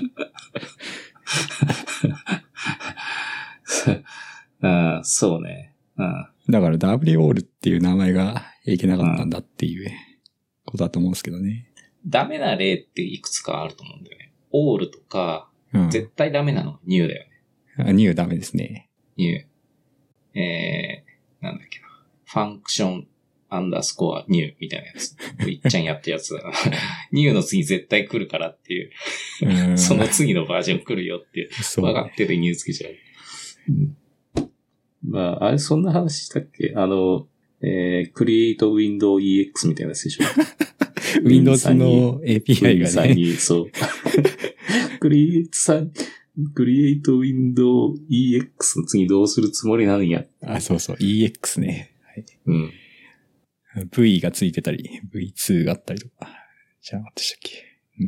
うん、そうね。うん。 だから ダブリューオール っていう名前がいけなかったんだっていうことだと思うんですけどね。 ダメな例っていくつかあると思うんだよね。オールとか、うん、絶対ダメなのニューだよね。 あ、ニューダメですね。 ニュー。えー、なんだっけな。ファンクションアンダースコアニューみたいなやつ。いっちゃんやってるやつだな。ニューの次絶対来るからっていう。うその次のバージョン来るよっていう。分かっててニューつけちゃう。うんまあ、あれ、そんな話したっけ？あの、えー、Create Window イーエックス みたいなやつでしょ Windows の エーピーアイ がね。 さんに、そう。Create さん、Create Window イーエックス の次どうするつもりなんや。 あ、そうそう、イーエックス ね。はい、 うん。 V がついてたり、ブイツー があったりとか。じゃあ、何でしたっけ、うん、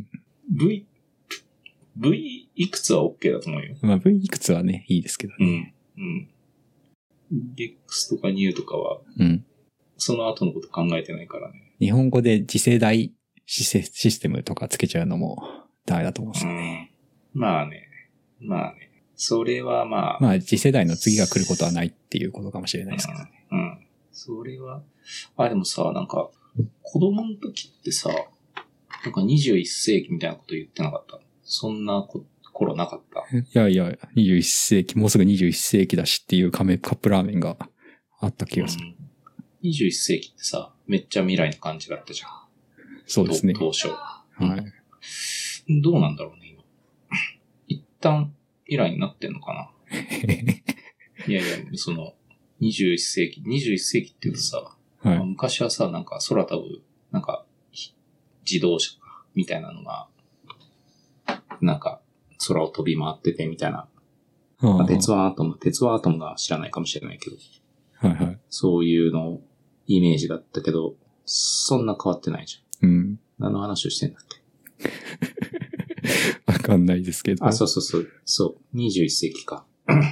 V、V いくつは OK だと思うよ。 まあ、V いくつはね、いいですけどね。うん。うん。イーエックス とか New とかは、 うん。 その後のこと考えてないからね。 日本語で次世代システムとかつけちゃうのもダメだと思うんですよね。 うん、まあね。まあね。それはまあ。 まあ次世代の次が来ることはないっていうことかもしれないですけどね。 うん。うん、それは、あ、でもさ、なんか、子供の時ってさ、 なんかにじゅういっ世紀みたいなこと言ってなかった。そんなこ頃なかった。 いやいや、にじゅういっ世紀、もうすぐにじゅういっ世紀だしっていうカメカップラーメンがあった気がする。うん、 にじゅういっ世紀ってさ、めっちゃ未来の感じだったじゃん。 そうですね。 当初。 はい。 どうなんだろうね、今。一旦未来になってんのかないやいや、その、にじゅういっ世紀、にじゅういっ世紀って言うとさ、はい、昔はさ、なんか空飛ぶ、なんか、自動車みたいなのが、なんか、空を飛び回っててみたいな。まあ、鉄腕アトム、鉄腕アトムが知らないかもしれないけど。 はいはい。 そういうの、イメージだったけど、そんな変わってないじゃん。 うん。 何の話をしてんだっけわかんないですけど。 あ、そうそうそう。そう。にじゅういっ世紀か。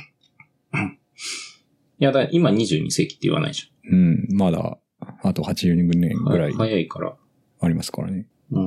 いや、だ今にじゅうに世紀って言わないじゃん。うん。まだ、あとはちじゅうねんぐらい。 早いから。 ありますからね。 うん。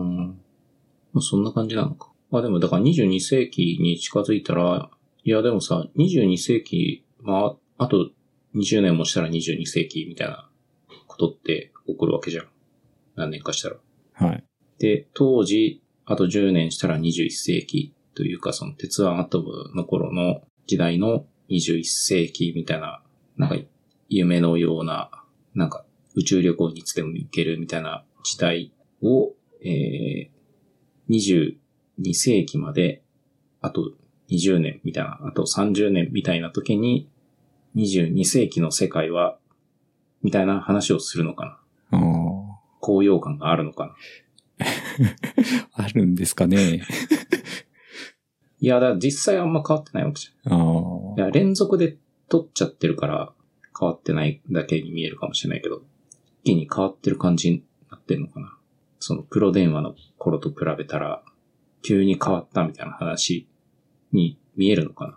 そんな感じなのか。あ、でもだからにじゅうに世紀に近づいたら、いやでもさ、にじゅうに世紀、まあ、あとにじゅうねんもしたらにじゅうに世紀みたいなことって起こるわけじゃん。何年かしたら。 はい。 で、当時、あとじゅうねんしたらにじゅういっ世紀というか、その鉄腕アトムの頃の時代のにじゅういっ世紀みたいな、なんか夢のような、なんか宇宙旅行にいつでも行けるみたいな時代を、えー、にじゅうに世紀まで、あとにじゅうねんみたいな、あとさんじゅうねんみたいな時に、にじゅうに世紀の世界は、みたいな話をするのかな。 ああ。 高揚感があるのかな。 あるんですかね。 いや、だから実際あんま変わってないわけじゃん。 ああ。 いや、連続で撮っちゃってるから変わってないだけに見えるかもしれないけど、一気に変わってる感じになってんのかな。そのプロ電話の頃と比べたら、急に変わったみたいな話に見えるのかな。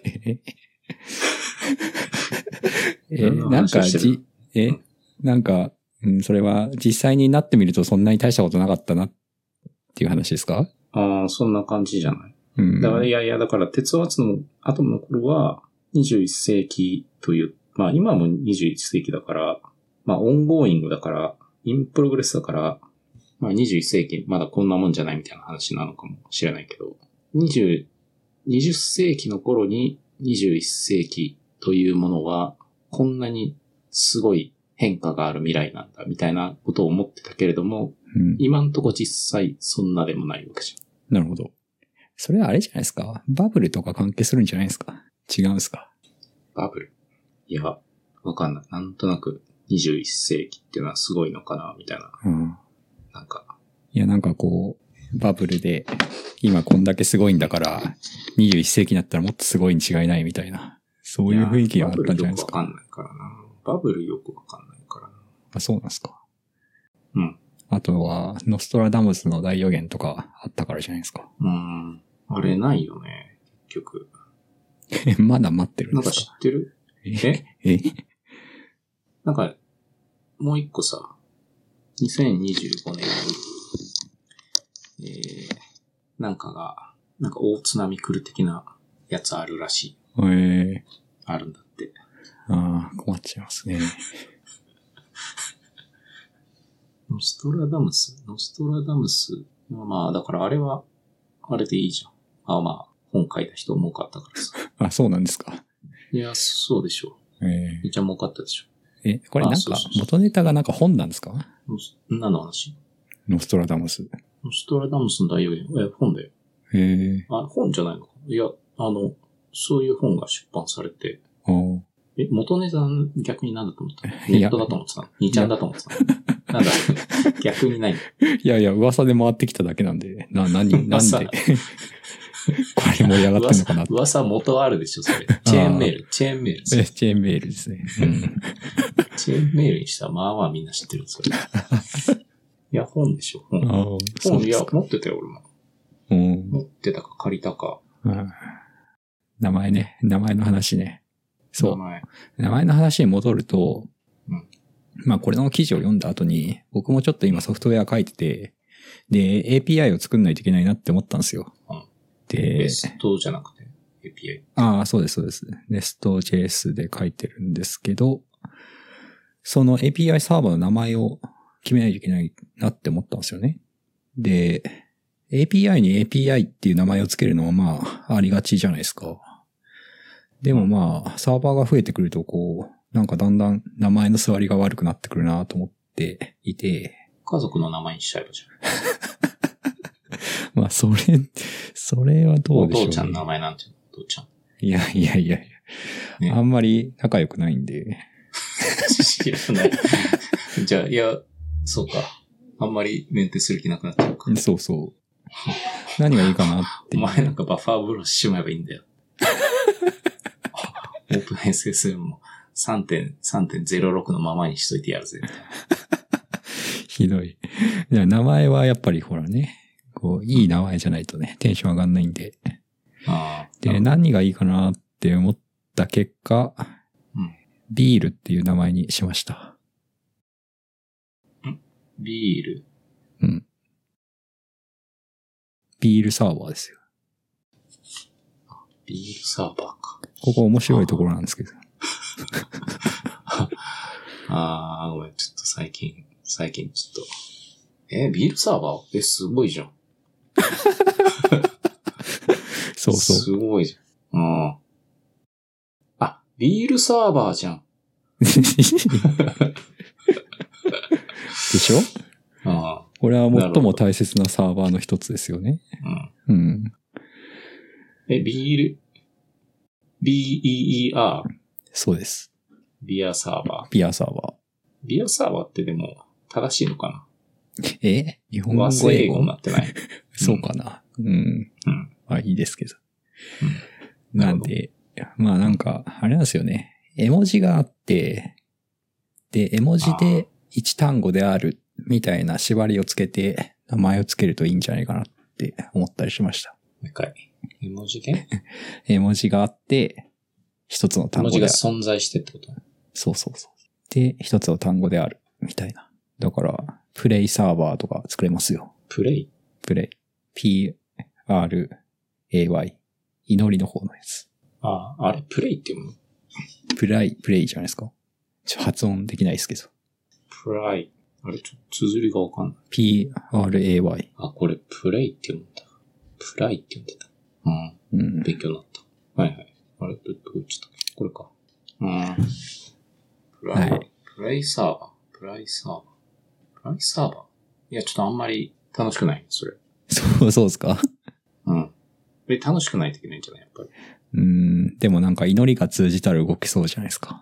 え、なんかじ、え、うん、なんか、うん、それは実際になってみるとそんなに大したことなかったなっていう話ですか？ ああ、そんな感じじゃない。 うん、 だからいやいや、だから鉄腕のアトムの頃はにじゅういっ世紀という、まあ今もにじゅういっ世紀だから、まあオンゴーイングだから、インプログレスだから、まあにじゅういっ世紀まだこんなもんじゃないみたいな話なのかもしれないけど、にじゅう、にじゅっ世紀の頃ににじゅういっ世紀というものはこんなにすごい変化がある未来なんだみたいなことを思ってたけれども、うん、今んとこ実際そんなでもないわけじゃん。なるほど。それはあれじゃないですか。バブルとか関係するんじゃないですか。違うんですか。 バブル？いや、わかんない。なんとなくにじゅういっ世紀っていうのはすごいのかなみたいな。 うん。 なんか。 いや、なんかこう、バブルで今こんだけすごいんだからにじゅういっ世紀になったらもっとすごいに違いないみたいな。そういう雰囲気があったんじゃないですか。 バブルよくわかんないからな。バブルよくわかんないからな。 あ、そうなんですか。 うん。 あとは、ノストラダムスの大予言とかあったからじゃないですか。 うーん。あれないよね、結局。 まだ待ってるんですか？ なんか知ってる？ ええなんか、もう一個さ、にせんにじゅうごねんに、えー、なんかが、なんか大津波来る的なやつあるらしい。 えー、 あるんだって。 ああ、困っちゃいますね。 ノストラダムスノストラダムスまあ、だからあれは、あれでいいじゃん。あまあ、本書いた人儲かったからさ。 あ、そうなんですか。 いや、そうでしょう。 えー、 めっちゃ儲かったでしょ。 え、これなんか、元ネタがなんか本なんですか？ 何の話？ ノストラダムス。 ノストラダムスの大予言。え、本だよ。 へえ。 あ、本じゃないのか？いや、あの、そういう本が出版されて。 あえ、元ネタ逆に何だと思ったの？ネットだと思ってたの？にちゃんだと思ってたの？なんだ逆にない。 いやいや、噂で回ってきただけなんで、な、何、なんで。これ盛り上がってんのかなって。 噂元あるでしょ、それ。チェーンメール、チェーンメール。 チェーンメールですね。うん、 チェーンメールにしたら、まあまあみんな知ってる、それ。いや、本でしょ、本。本、いや、持ってたよ、俺も。 うん、 持ってたか借りたか。 うん、名前ね、名前の話ね。そう。名前。名前の話に戻ると、 うん、 まあこれの記事を読んだ後に、僕もちょっと今ソフトウェア書いてて、で、エーピーアイ を作んないといけないなって思ったんですよ。 うん、 で、 ベストじゃなくて エーピーアイ。 ああ、そうです、そうです。ネスト ジェイエス で書いてるんですけど、その エーピーアイ サーバーの名前を決めないといけないなって思ったんですよね。 で、エーピーアイ に エーピーアイ っていう名前をつけるのはまあ、ありがちじゃないですか。でもまあ、サーバーが増えてくるとこう、なんかだんだん名前の座りが悪くなってくるなと思っていて。 家族の名前にしちゃえばじゃん。まあ、それ、それはどうでしょう、ね。 お父ちゃんの名前なんていうの？お父ちゃん。 いやいやいやいや、ね、あんまり仲良くないんで。 知らない。じゃあ、いや、そうか。あんまりメンテする気なくなっちゃうか。 そうそう。何がいいかなって。 お前なんかバッファーブローしまえばいいんだよ。オープン エスエスエム も さんてんゼロろく のままにしといてやるぜ。 ひどい。じゃあ名前はやっぱりほらね、こう、いい名前じゃないとね、テンション上がんないんで。 あで、何がいいかなって思った結果、 うん、 ビールっていう名前にしました。 んビールうん。ビールサーバーですよ。 ビールサーバーか。 ここ面白いところなんですけど。 ああ、ごめん、ちょっと最近、最近ちょっと。えー、ビールサーバーえ、すごいじゃん。 そうそう。 すごいじゃん。うん。あ、ビールサーバーじゃん。 でしょ？ ああ。 これは最も大切なサーバーの一つですよね。うん。うん。 え、ビール ビーイーイーアールそうです。 ビアサーバー。 ビアサーバー。 ビアサーバーってでも正しいのかな？ え？日本語和製英語になってない？ そうかな。うん。うん。まあいいですけど。 うん、 なんで、まあなんか、あれなんですよね。絵文字があって、で、絵文字で一単語であるみたいな縛りをつけて、名前をつけるといいんじゃないかなって思ったりしました。 もう一回。絵文字で絵文字があって、一つの単語である。 絵文字が存在してってこと？ そうそうそう。で、一つの単語であるみたいな。だから、プレイサーバーとか作れますよ。 プレイ？ プレイ。ピーアールエーワイ。祈りの方のやつ。 ああ、あれ、プレイって読むの？ プライ、プレイじゃないですか。ちょ、発音できないですけど。 プライ。あれ、ちょっと綴りがわかんない。 ピーアールエーワイ。 あ、これ、プレイって読んだ。プライって読んでた。うん。うん、勉強になった。はいはい。あれ、どこ行っちゃったっけ？これか。うん。プライ、はい、プレイサーバー。プライサーバー。プライサーバーいや、ちょっとあんまり楽しくない、それ。 そう、そうですか？ うん。え、楽しくないといけないんじゃないやっぱり。 うーん、でもなんか祈りが通じたら動きそうじゃないですか。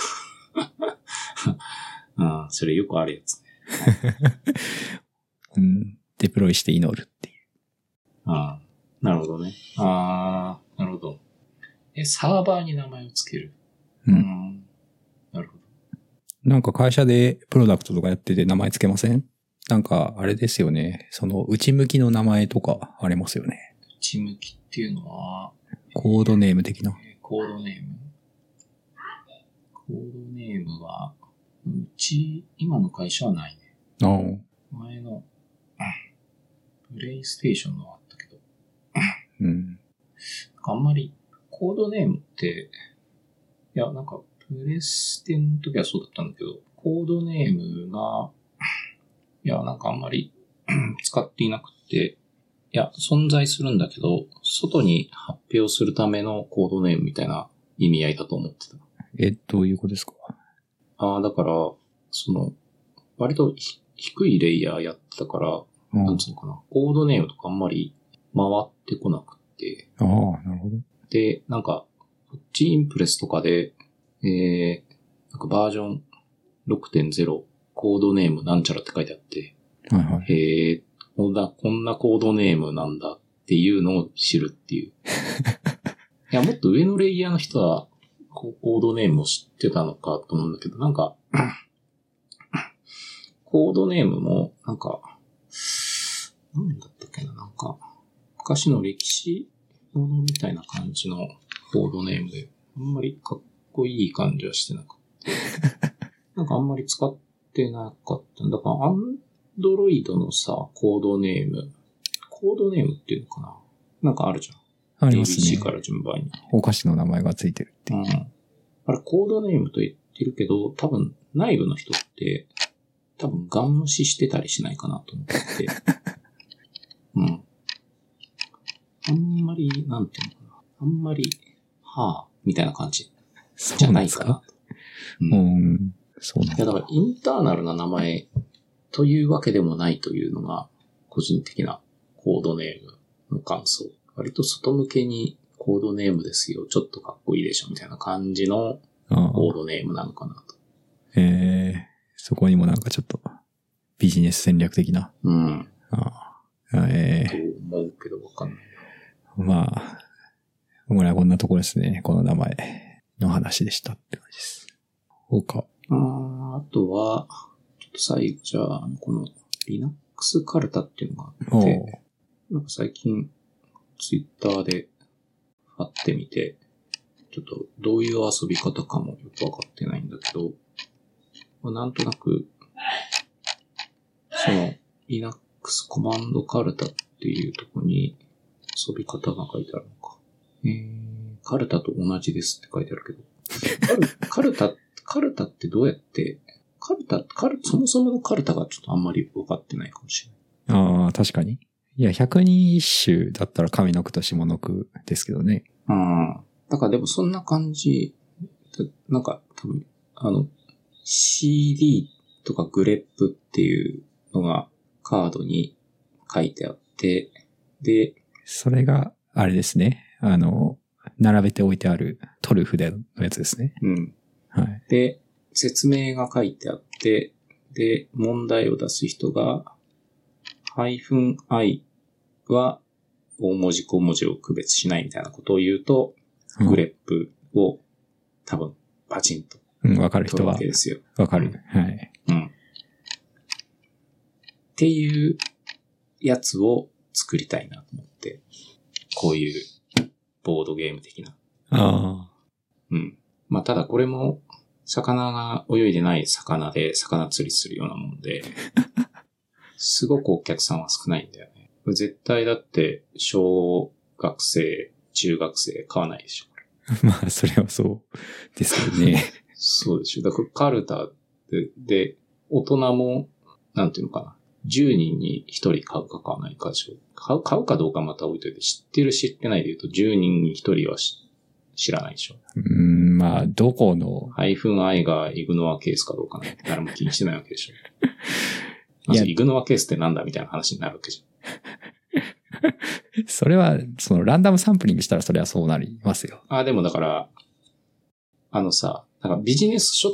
うん、それよくあるやつね。 うん、デプロイして祈るっていう。 ああ、なるほどね。ああ、なるほど。え、サーバーに名前をつける。 うん。 うん、なるほど。 なんか会社でプロダクトとかやってて名前つけません？なんかあれですよね。その内向きの名前とかありますよね。 内向きっていうのはコードネーム的な。 えー、コードネームコードネームは、うち、今の会社はないね。 ああ。 前の、プレイステーションのあったけど。 うん。 あんまり、コードネームって、いや、なんか、プレステの時はそうだったんだけど、コードネームが、いや、なんかあんまり使っていなくて、いや、存在するんだけど、外に発表するためのコードネームみたいな意味合いだと思ってた。 え、どういうことですか？ ああ、だから、その、割と低いレイヤーやってたから、うん、なんつうのかな、コードネームとかあんまり回ってこなくて。 ああ、なるほど。 で、なんか、こっちインプレスとかで、えー、なんかバージョン ろくてんゼロ、コードネームなんちゃらって書いてあって、 はいはい。 へえ、こんな、こんなコードネームなんだっていうのを知るっていう。いや、もっと上のレイヤーの人は、コードネームを知ってたのかと思うんだけど、なんか、コードネームも、なんか、なんだったっけな、なんか、昔の歴史ものみたいな感じのコードネームで、あんまりかっこいい感じはしてなくて、なんかあんまり使ってなかったんだから、アンドロイドのさ、コードネーム、コードネームっていうのかな、なんかあるじゃん。 ありますね。 エービーシー から順番に。 お菓子の名前がついてるっていう。 うん。あれ、コードネームと言ってるけど、多分、内部の人って、多分、ガン無視してたりしないかなと思って。 うん。あんまり、なんていうのかな。あんまり、はぁ、みたいな感じじゃないかな。 うん。うん、そうなんだ。 いや、だからインターナルな名前というわけでもないというのが、個人的なコードネームの感想。割と外向けにコードネームですよ。ちょっとかっこいいでしょみたいな感じのコードネームなのかなと。 へえー、そこにもなんかちょっとビジネス戦略的な。 うん。 ああ、ええー。 と思うけどわかんない。 まあ、僕らはこんなところですね。この名前の話でしたって感じです。そうか。 ああ、あとは、ちょっと最後じゃあ、この Linux カルタっていうのがあって、なんか最近ツイッターで貼ってみて、ちょっとどういう遊び方かもよくわかってないんだけど、まあ、なんとなく、その Linux コマンドカルタっていうところに遊び方が書いてあるのか。えー、カルタと同じですって書いてあるけど、カルカルタ、カルタってどうやって、カルタ、カル、そもそものカルタがちょっとあんまり分かってないかもしれない。 ああ、確かに。いや、百人一首だったら上の句と下の句ですけどね。 うん。だからでもそんな感じ、なんか多分、あの、シーディー とかグレップっていうのがカードに書いてあって、で、 それが、あれですね。あの、並べて置いてある取る筆のやつですね。 うん。 はい。 で、説明が書いてあって、で、問題を出す人が、ハイフン i は大文字小文字を区別しないみたいなことを言うと、うん、グレップを多分パチンとうん、わかる人は。 わけですよ。 わかる。はい。 うん。っていうやつを作りたいなと思って、こういうボードゲーム的な。 ああ。 うん。まあ、ただこれも、魚が泳いでない魚で魚釣りするようなもんで、すごくお客さんは少ないんだよね。絶対だって、小学生、中学生買わないでしょ。 まあ、それはそうですけどね。 そうでしょ。だからカルタで、で、大人も、なんていうのかな。じゅうにんにひとり買うか買わないかでしょ。買う、買うかどうかまた置いといて、知ってる知ってないで言うとじゅうにんにひとりは知らないでしょ。 うーん、まあ、どこの。 ハイフン i がイグノアケースかどうかね。誰も気にしてないわけでしょ。まずイグノアケースってなんだみたいな話になるわけじゃん。 それは、そのランダムサンプリングしたらそれはそうなりますよ。 あ、でもだから、あのさ、なんかビジネス書って、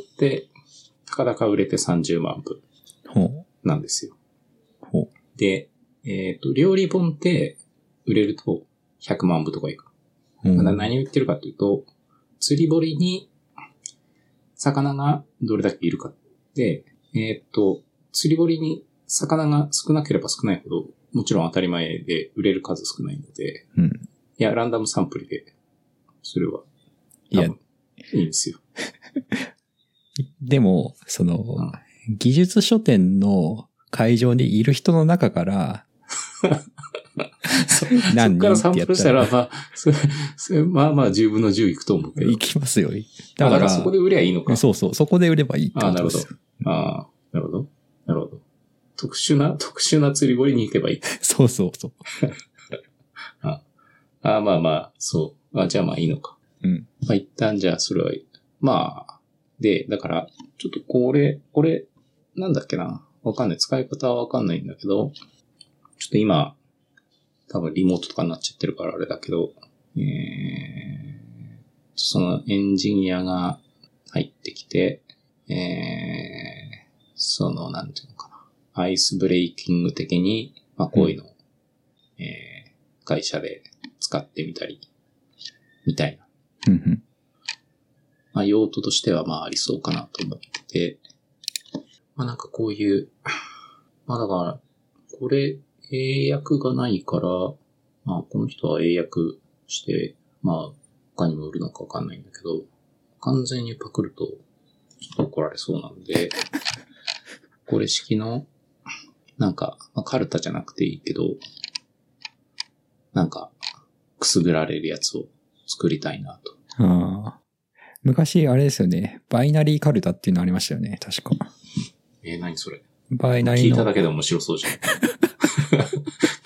たかだか売れてさんじゅうまんぶなんですよ。 ほう。 で、えっと、料理本って売れるとひゃくまんぶとかいく。うん、何を言ってるかというと、釣り堀に魚がどれだけいるか。で、えっと、釣り堀に魚が少なければ少ないほど、もちろん当たり前で売れる数少ないので、 うん、 いや、ランダムサンプルで、それは、多分、いいんですよ。 でも、その、うん、技術書店の会場にいる人の中から、 そ, そっからサンプルしたら、まあ、そそまあまあじゅうぶんのじゅういくと思うけど。 いきますよ。 だから、そこで売ればいいのか。 そうそう、そこで売ればいいってことです。 ああ、なるほど。なるほど。特殊な、特殊な釣り堀に行けばいい。 そうそうそう。 ああ、まあまあ、そう。あじゃあまあいいのか。 うん。 まあ一旦じゃあそれは、まあ、で、だから、ちょっとこれ、これ、なんだっけな。わかんない。使い方はわかんないんだけど、ちょっと今、多分リモートとかになっちゃってるからあれだけど、えー、そのエンジニアが入ってきて、えー、その、なんていうのかな。アイスブレイキング的に、まあこういうのを、うん、えー、会社で使ってみたり、みたいな。 うんうん、 まあ用途としてはまあありそうかなと思ってて、まあなんかこういう、まあだから、これ、英訳がないから、まあこの人は英訳して、まあ他にも売るのかわかんないんだけど、完全にパクると、ちょっと怒られそうなんで、これ式の、なんか、まあ、カルタじゃなくていいけど、なんか、くすぐられるやつを作りたいなと。 ああ。昔あれですよね。バイナリーカルタっていうのありましたよね。確か。 えー、何それ？ バイナリーの。 聞いただけで面白そうじゃん。聞いただけ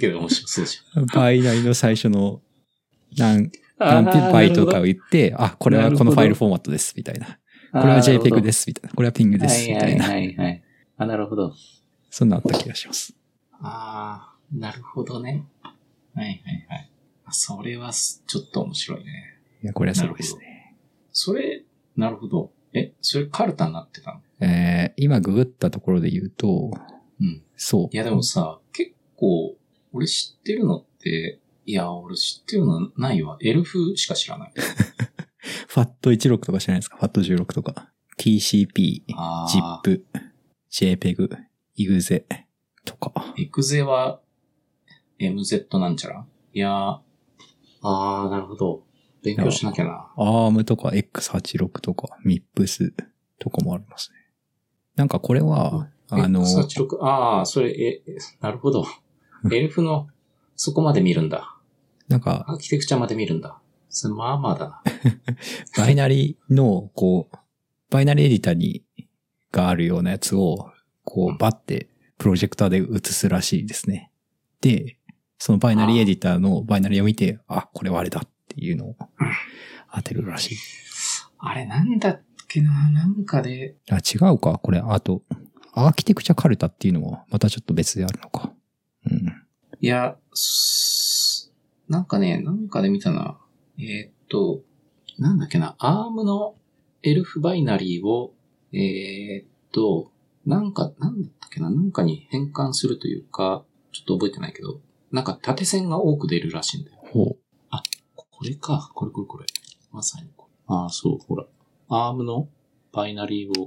けど面白そうじゃん。 バイナリの最初の何、何バイトかを言って、あ、これはこのファイルフォーマットです、みたいな。これは JPEG です、みたいな。これは ピング です、みたいな。 はいはいはいはい。あ、なるほど。 そんなあった気がします。 ああ、なるほどね。はいはいはい。それはちょっと面白いね。 いや、これはそうですね。 それ、なるほど。え、それカルタになってたの？ えー、今ググったところで言うと、 うん。 そう。 いやでもさ、結構、俺知ってるのって、いや、俺知ってるのないわ。エルフしか知らない。 ファットじゅうろくとか知らないですか？ ファットじゅうろく とか。ティーシーピー、ZIP、JPEG、イグゼ とか。 イグゼは エムゼット なんちゃら？いやー、あー、なるほど。勉強しなきゃな。 アーム とか エックスはちじゅうろく とか ミップス とかもありますね。なんかこれは、あの、 エックスはちじゅうろく、あー、それ、え、なるほど。エルフの、そこまで見るんだ。 なんか、 アーキテクチャまで見るんだ。それまあまあだな。 バイナリの、こう、バイナリエディターに、があるようなやつを、こう、バッて、プロジェクターで映すらしいですね。で、そのバイナリエディターのバイナリを見て、あ、これはあれだっていうのを当てるらしい。 あれなんだっけな、なんかで。 あ、違うか。これ、あと、アーキテクチャカルタっていうのも、またちょっと別であるのか。うん。 いや、なんかね、なんかで見たな。えー、っと、なんだっけな、アームのエルフバイナリーを、えー、っと、なんか、なんだったっけな、なんかに変換するというか、ちょっと覚えてないけど、なんか縦線が多く出るらしいんだよ。 ほう。 あ、これか。これこれこれ。まさにこれ。ああ、そう、ほら。アームのバイナリーを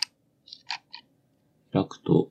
開くと、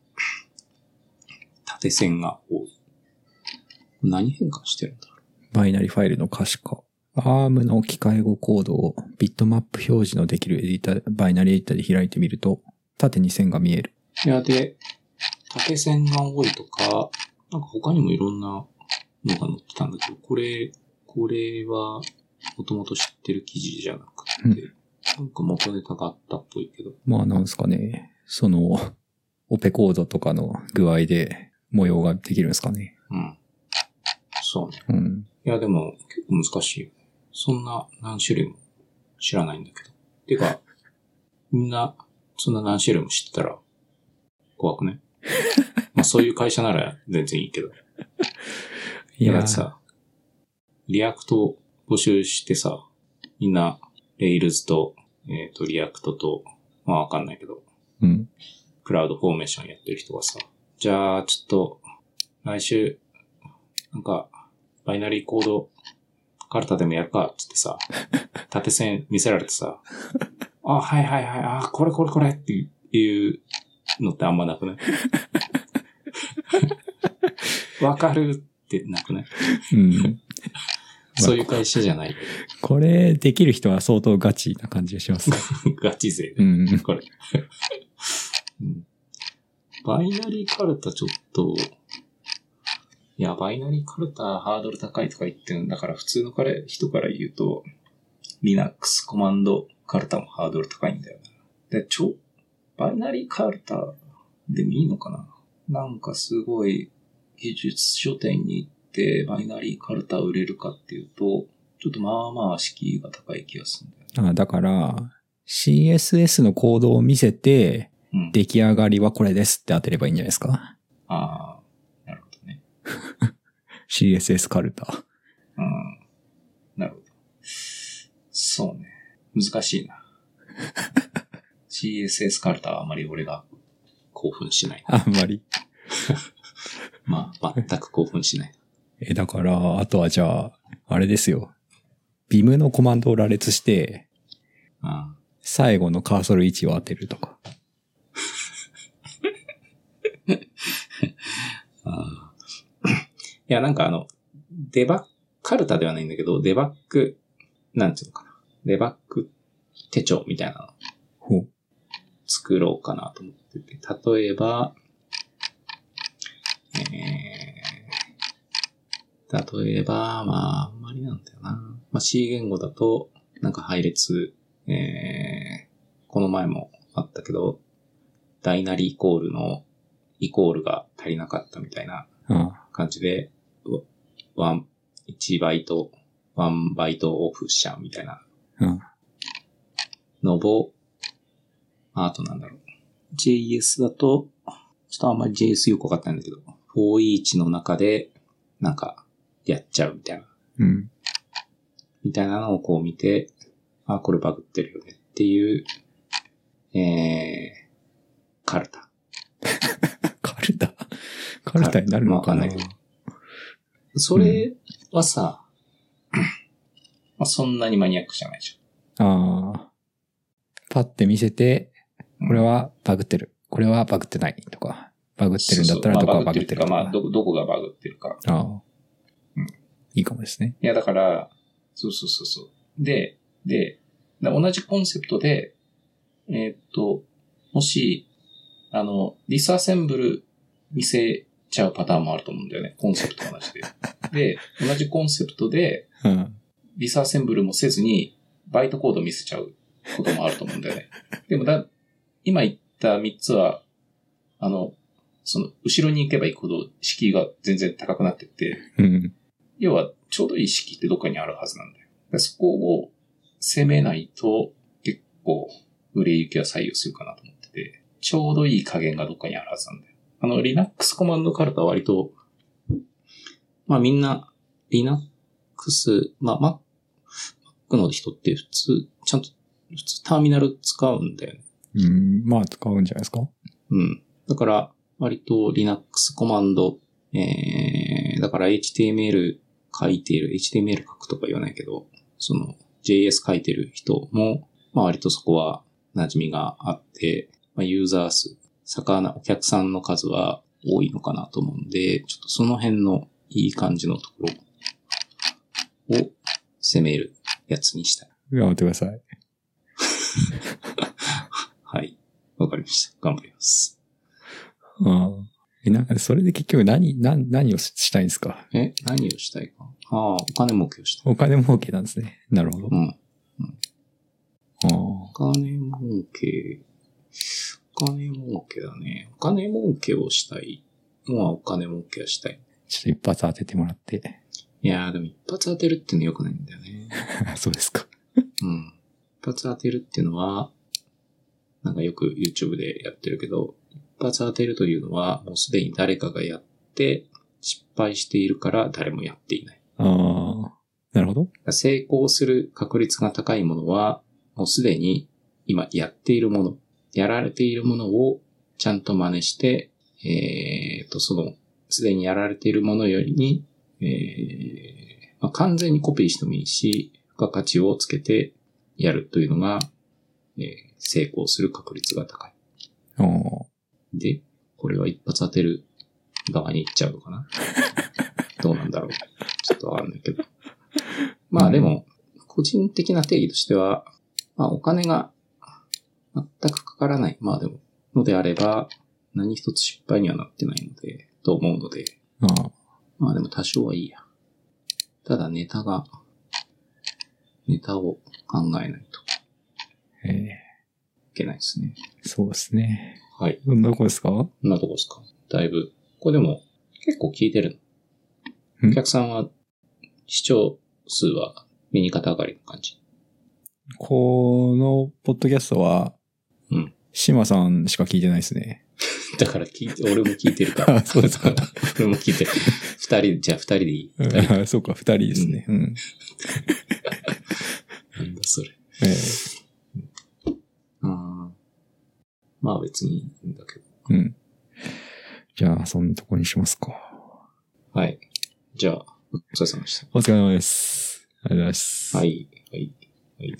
縦線が多い。何変換してるんだろう。 バイナリファイルの可視化。アーム の機械語コードをビットマップ表示のできるエディター、バイナリエディターで開いてみると、縦に線が見える。 いや、で、縦線が多いとか、なんか他にもいろんなのが載ってたんだけど、これ、これは、もともと知ってる記事じゃなくて、うん、なんか元ネタがあったっぽいけど。 まあなんですかね。その、オペコードとかの具合で模様ができるんですかね。 うん。そうね。 うん。 いや、でも結構難しいよ。そんな何種類も知らないんだけど。てか、みんな、そんな何種類も知ってたら、怖くね。まあそういう会社なら全然いいけど。いや、だってさ、リアクトを募集してさ、みんな、レイルズと、えっと、リアクトと、まあわかんないけど、 うん。 クラウドフォーメーションやってる人がさ、じゃあ、ちょっと、来週、なんか、バイナリーコード、カルタでもやるか、つってさ、縦線見せられてさ、あ、はいはいはい、あ、これこれこれっていうのってあんまなくないわかるってなくないうん。そういう会社じゃない。 これ、できる人は相当ガチな感じがします。 ガチ勢、 うん、 これ、うん。バイナリーカルタちょっと、いや、バイナリーカルタハードル高いとか言ってるんだから、普通の人から言うと、Linux コマンドカルタもハードル高いんだよな。で、ちょ、バイナリーカルタでもいいのかな？なんかすごい技術書店に行ってバイナリーカルタ売れるかっていうと、ちょっとまあまあ敷居が高い気がするんだよね。 ああ、だから、シーエスエス のコードを見せて、うん、出来上がりはこれですって当てればいいんじゃないですか。 ああ、なるほどね。 シーエスエス カルタ。 うん。なるほど。そうね。難しいな。シーエスエス カルタはあまり俺が興奮しない。 あんまり。 まあ、全く興奮しない。 え、だから、あとはじゃあ、あれですよ。ビム のコマンドを羅列して、 うん、 最後のカーソル位置を当てるとか。 あいや、なんかあの、デバッグ、カルタではないんだけど、デバッグ、なんていうのかな。デバッグ手帳みたいなのを作ろうかなと思ってて。例えば、えー、例えば、まあ、あんまりなんだよな。まあ、C 言語だと、なんか配列、えー、この前もあったけど、ダイナリーイコールのイコールが足りなかったみたいな感じで、ワン、いちバイト、ワンバイトオフしちゃうみたいなのを、あとなんだろう。ジェイエス だと、ちょっとあんまり ジェイエス よくわかったんだけど、フォーイーチ の中で、なんか、やっちゃうみたいな。 うん。 みたいなのをこう見て、あ、これバグってるよねっていう、えー、カルタ。 カルタカルタになるのかな、まあ、わかんないけど。 それはさ、うん、まあ、そんなにマニアックじゃないじゃん。ああ。パッて見せて、これはバグってる。これはバグってないとか。バグってるんだったらどこがバグってるとか。 まあ、ど、どこがバグってるか。 ああ。うん。いいかもですね。 いや、だから、そうそうそうそう。で、で、同じコンセプトで、えー、っと、もし、あの、ディスアセンブル見せちゃうパターンもあると思うんだよね。コンセプトと同じで。で、同じコンセプトで、うん、ディスアセンブルもせずに、バイトコード見せちゃうこともあると思うんだよね。でもだ、今言ったみっつは、あの、その、後ろに行けば行くほど敷居が全然高くなってって、うん、要は、ちょうどいい敷居ってどっかにあるはずなんだよ。でそこを攻めないと、結構、売れ行きは採用するかなと思ってて、ちょうどいい加減がどっかにあるはずなんだよ。あの、Linux コマンドカルタは割と、まあみんな、Linux、まあ Mac の人って普通、ちゃんと、普通ターミナル使うんだよね。 うん、まあ使うんじゃないですか。 うん。だから、割と Linux コマンド、えー、だから エイチティーエムエル 書いている、エイチティーエムエル 書くとか言わないけど、その ジェイエス 書いてる人も、まあ割とそこは馴染みがあって、まあ、ユーザー数、魚、お客さんの数は多いのかなと思うんで、ちょっとその辺のいい感じのところを攻めるやつにしたい。 頑張ってください。 はい。わかりました。頑張ります。 ああ。え、なんかそれで結局何、何、何をしたいんですか？ え、何をしたいか。ああ、お金儲けをしたい。 お金儲けなんですね。なるほど。うん。うん、 ああ。お金儲け、お金儲けだね。お金儲けをしたいのはお金儲けはしたい。 ちょっと一発当ててもらって。 いやーでも一発当てるっていうのは良くないんだよね。 そうですか。 うん。一発当てるっていうのは、なんかよく YouTube でやってるけど、一発当てるというのは、もうすでに誰かがやって失敗しているから誰もやっていない。 ああ、なるほど。 成功する確率が高いものは、もうすでに今やっているもの、やられているものをちゃんと真似して、えーと、その、すでにやられているものよりに、えーまあ、完全にコピーしてもいいし、付加価値をつけてやるというのが、えー、成功する確率が高い。で、これは一発当てる側に行っちゃうのかなどうなんだろう。ちょっとわかんないけど。まあでも、個人的な定義としては、まあお金が全くかからない。まあでも、のであれば、何一つ失敗にはなってないので、と思うので。ああまあでも多少はいいや。ただネタが、ネタを考えないと。 へえ。 いけないですね。 そうですね。 はい。 どんなとこですか？どんなとこですか？だいぶ。これでも、結構聞いてるの。お客さんは、視聴数は右肩上がりの感じ。 このポッドキャストは、うん。島さんしか聞いてないですね。 だから聞いて、俺も聞いてるから。 あ、そうですか。 俺も聞いてる。二人、じゃあ二人でいい。二人。 そうか、二人ですね。うん。 なんだそれ。 ええー、あまあ別にいいんだけど。 うん。じゃあ、そんなとこにしますか。 はい。じゃあ、お疲れ様でした。 お疲れ様です。ありがとうございます。 はい。はい。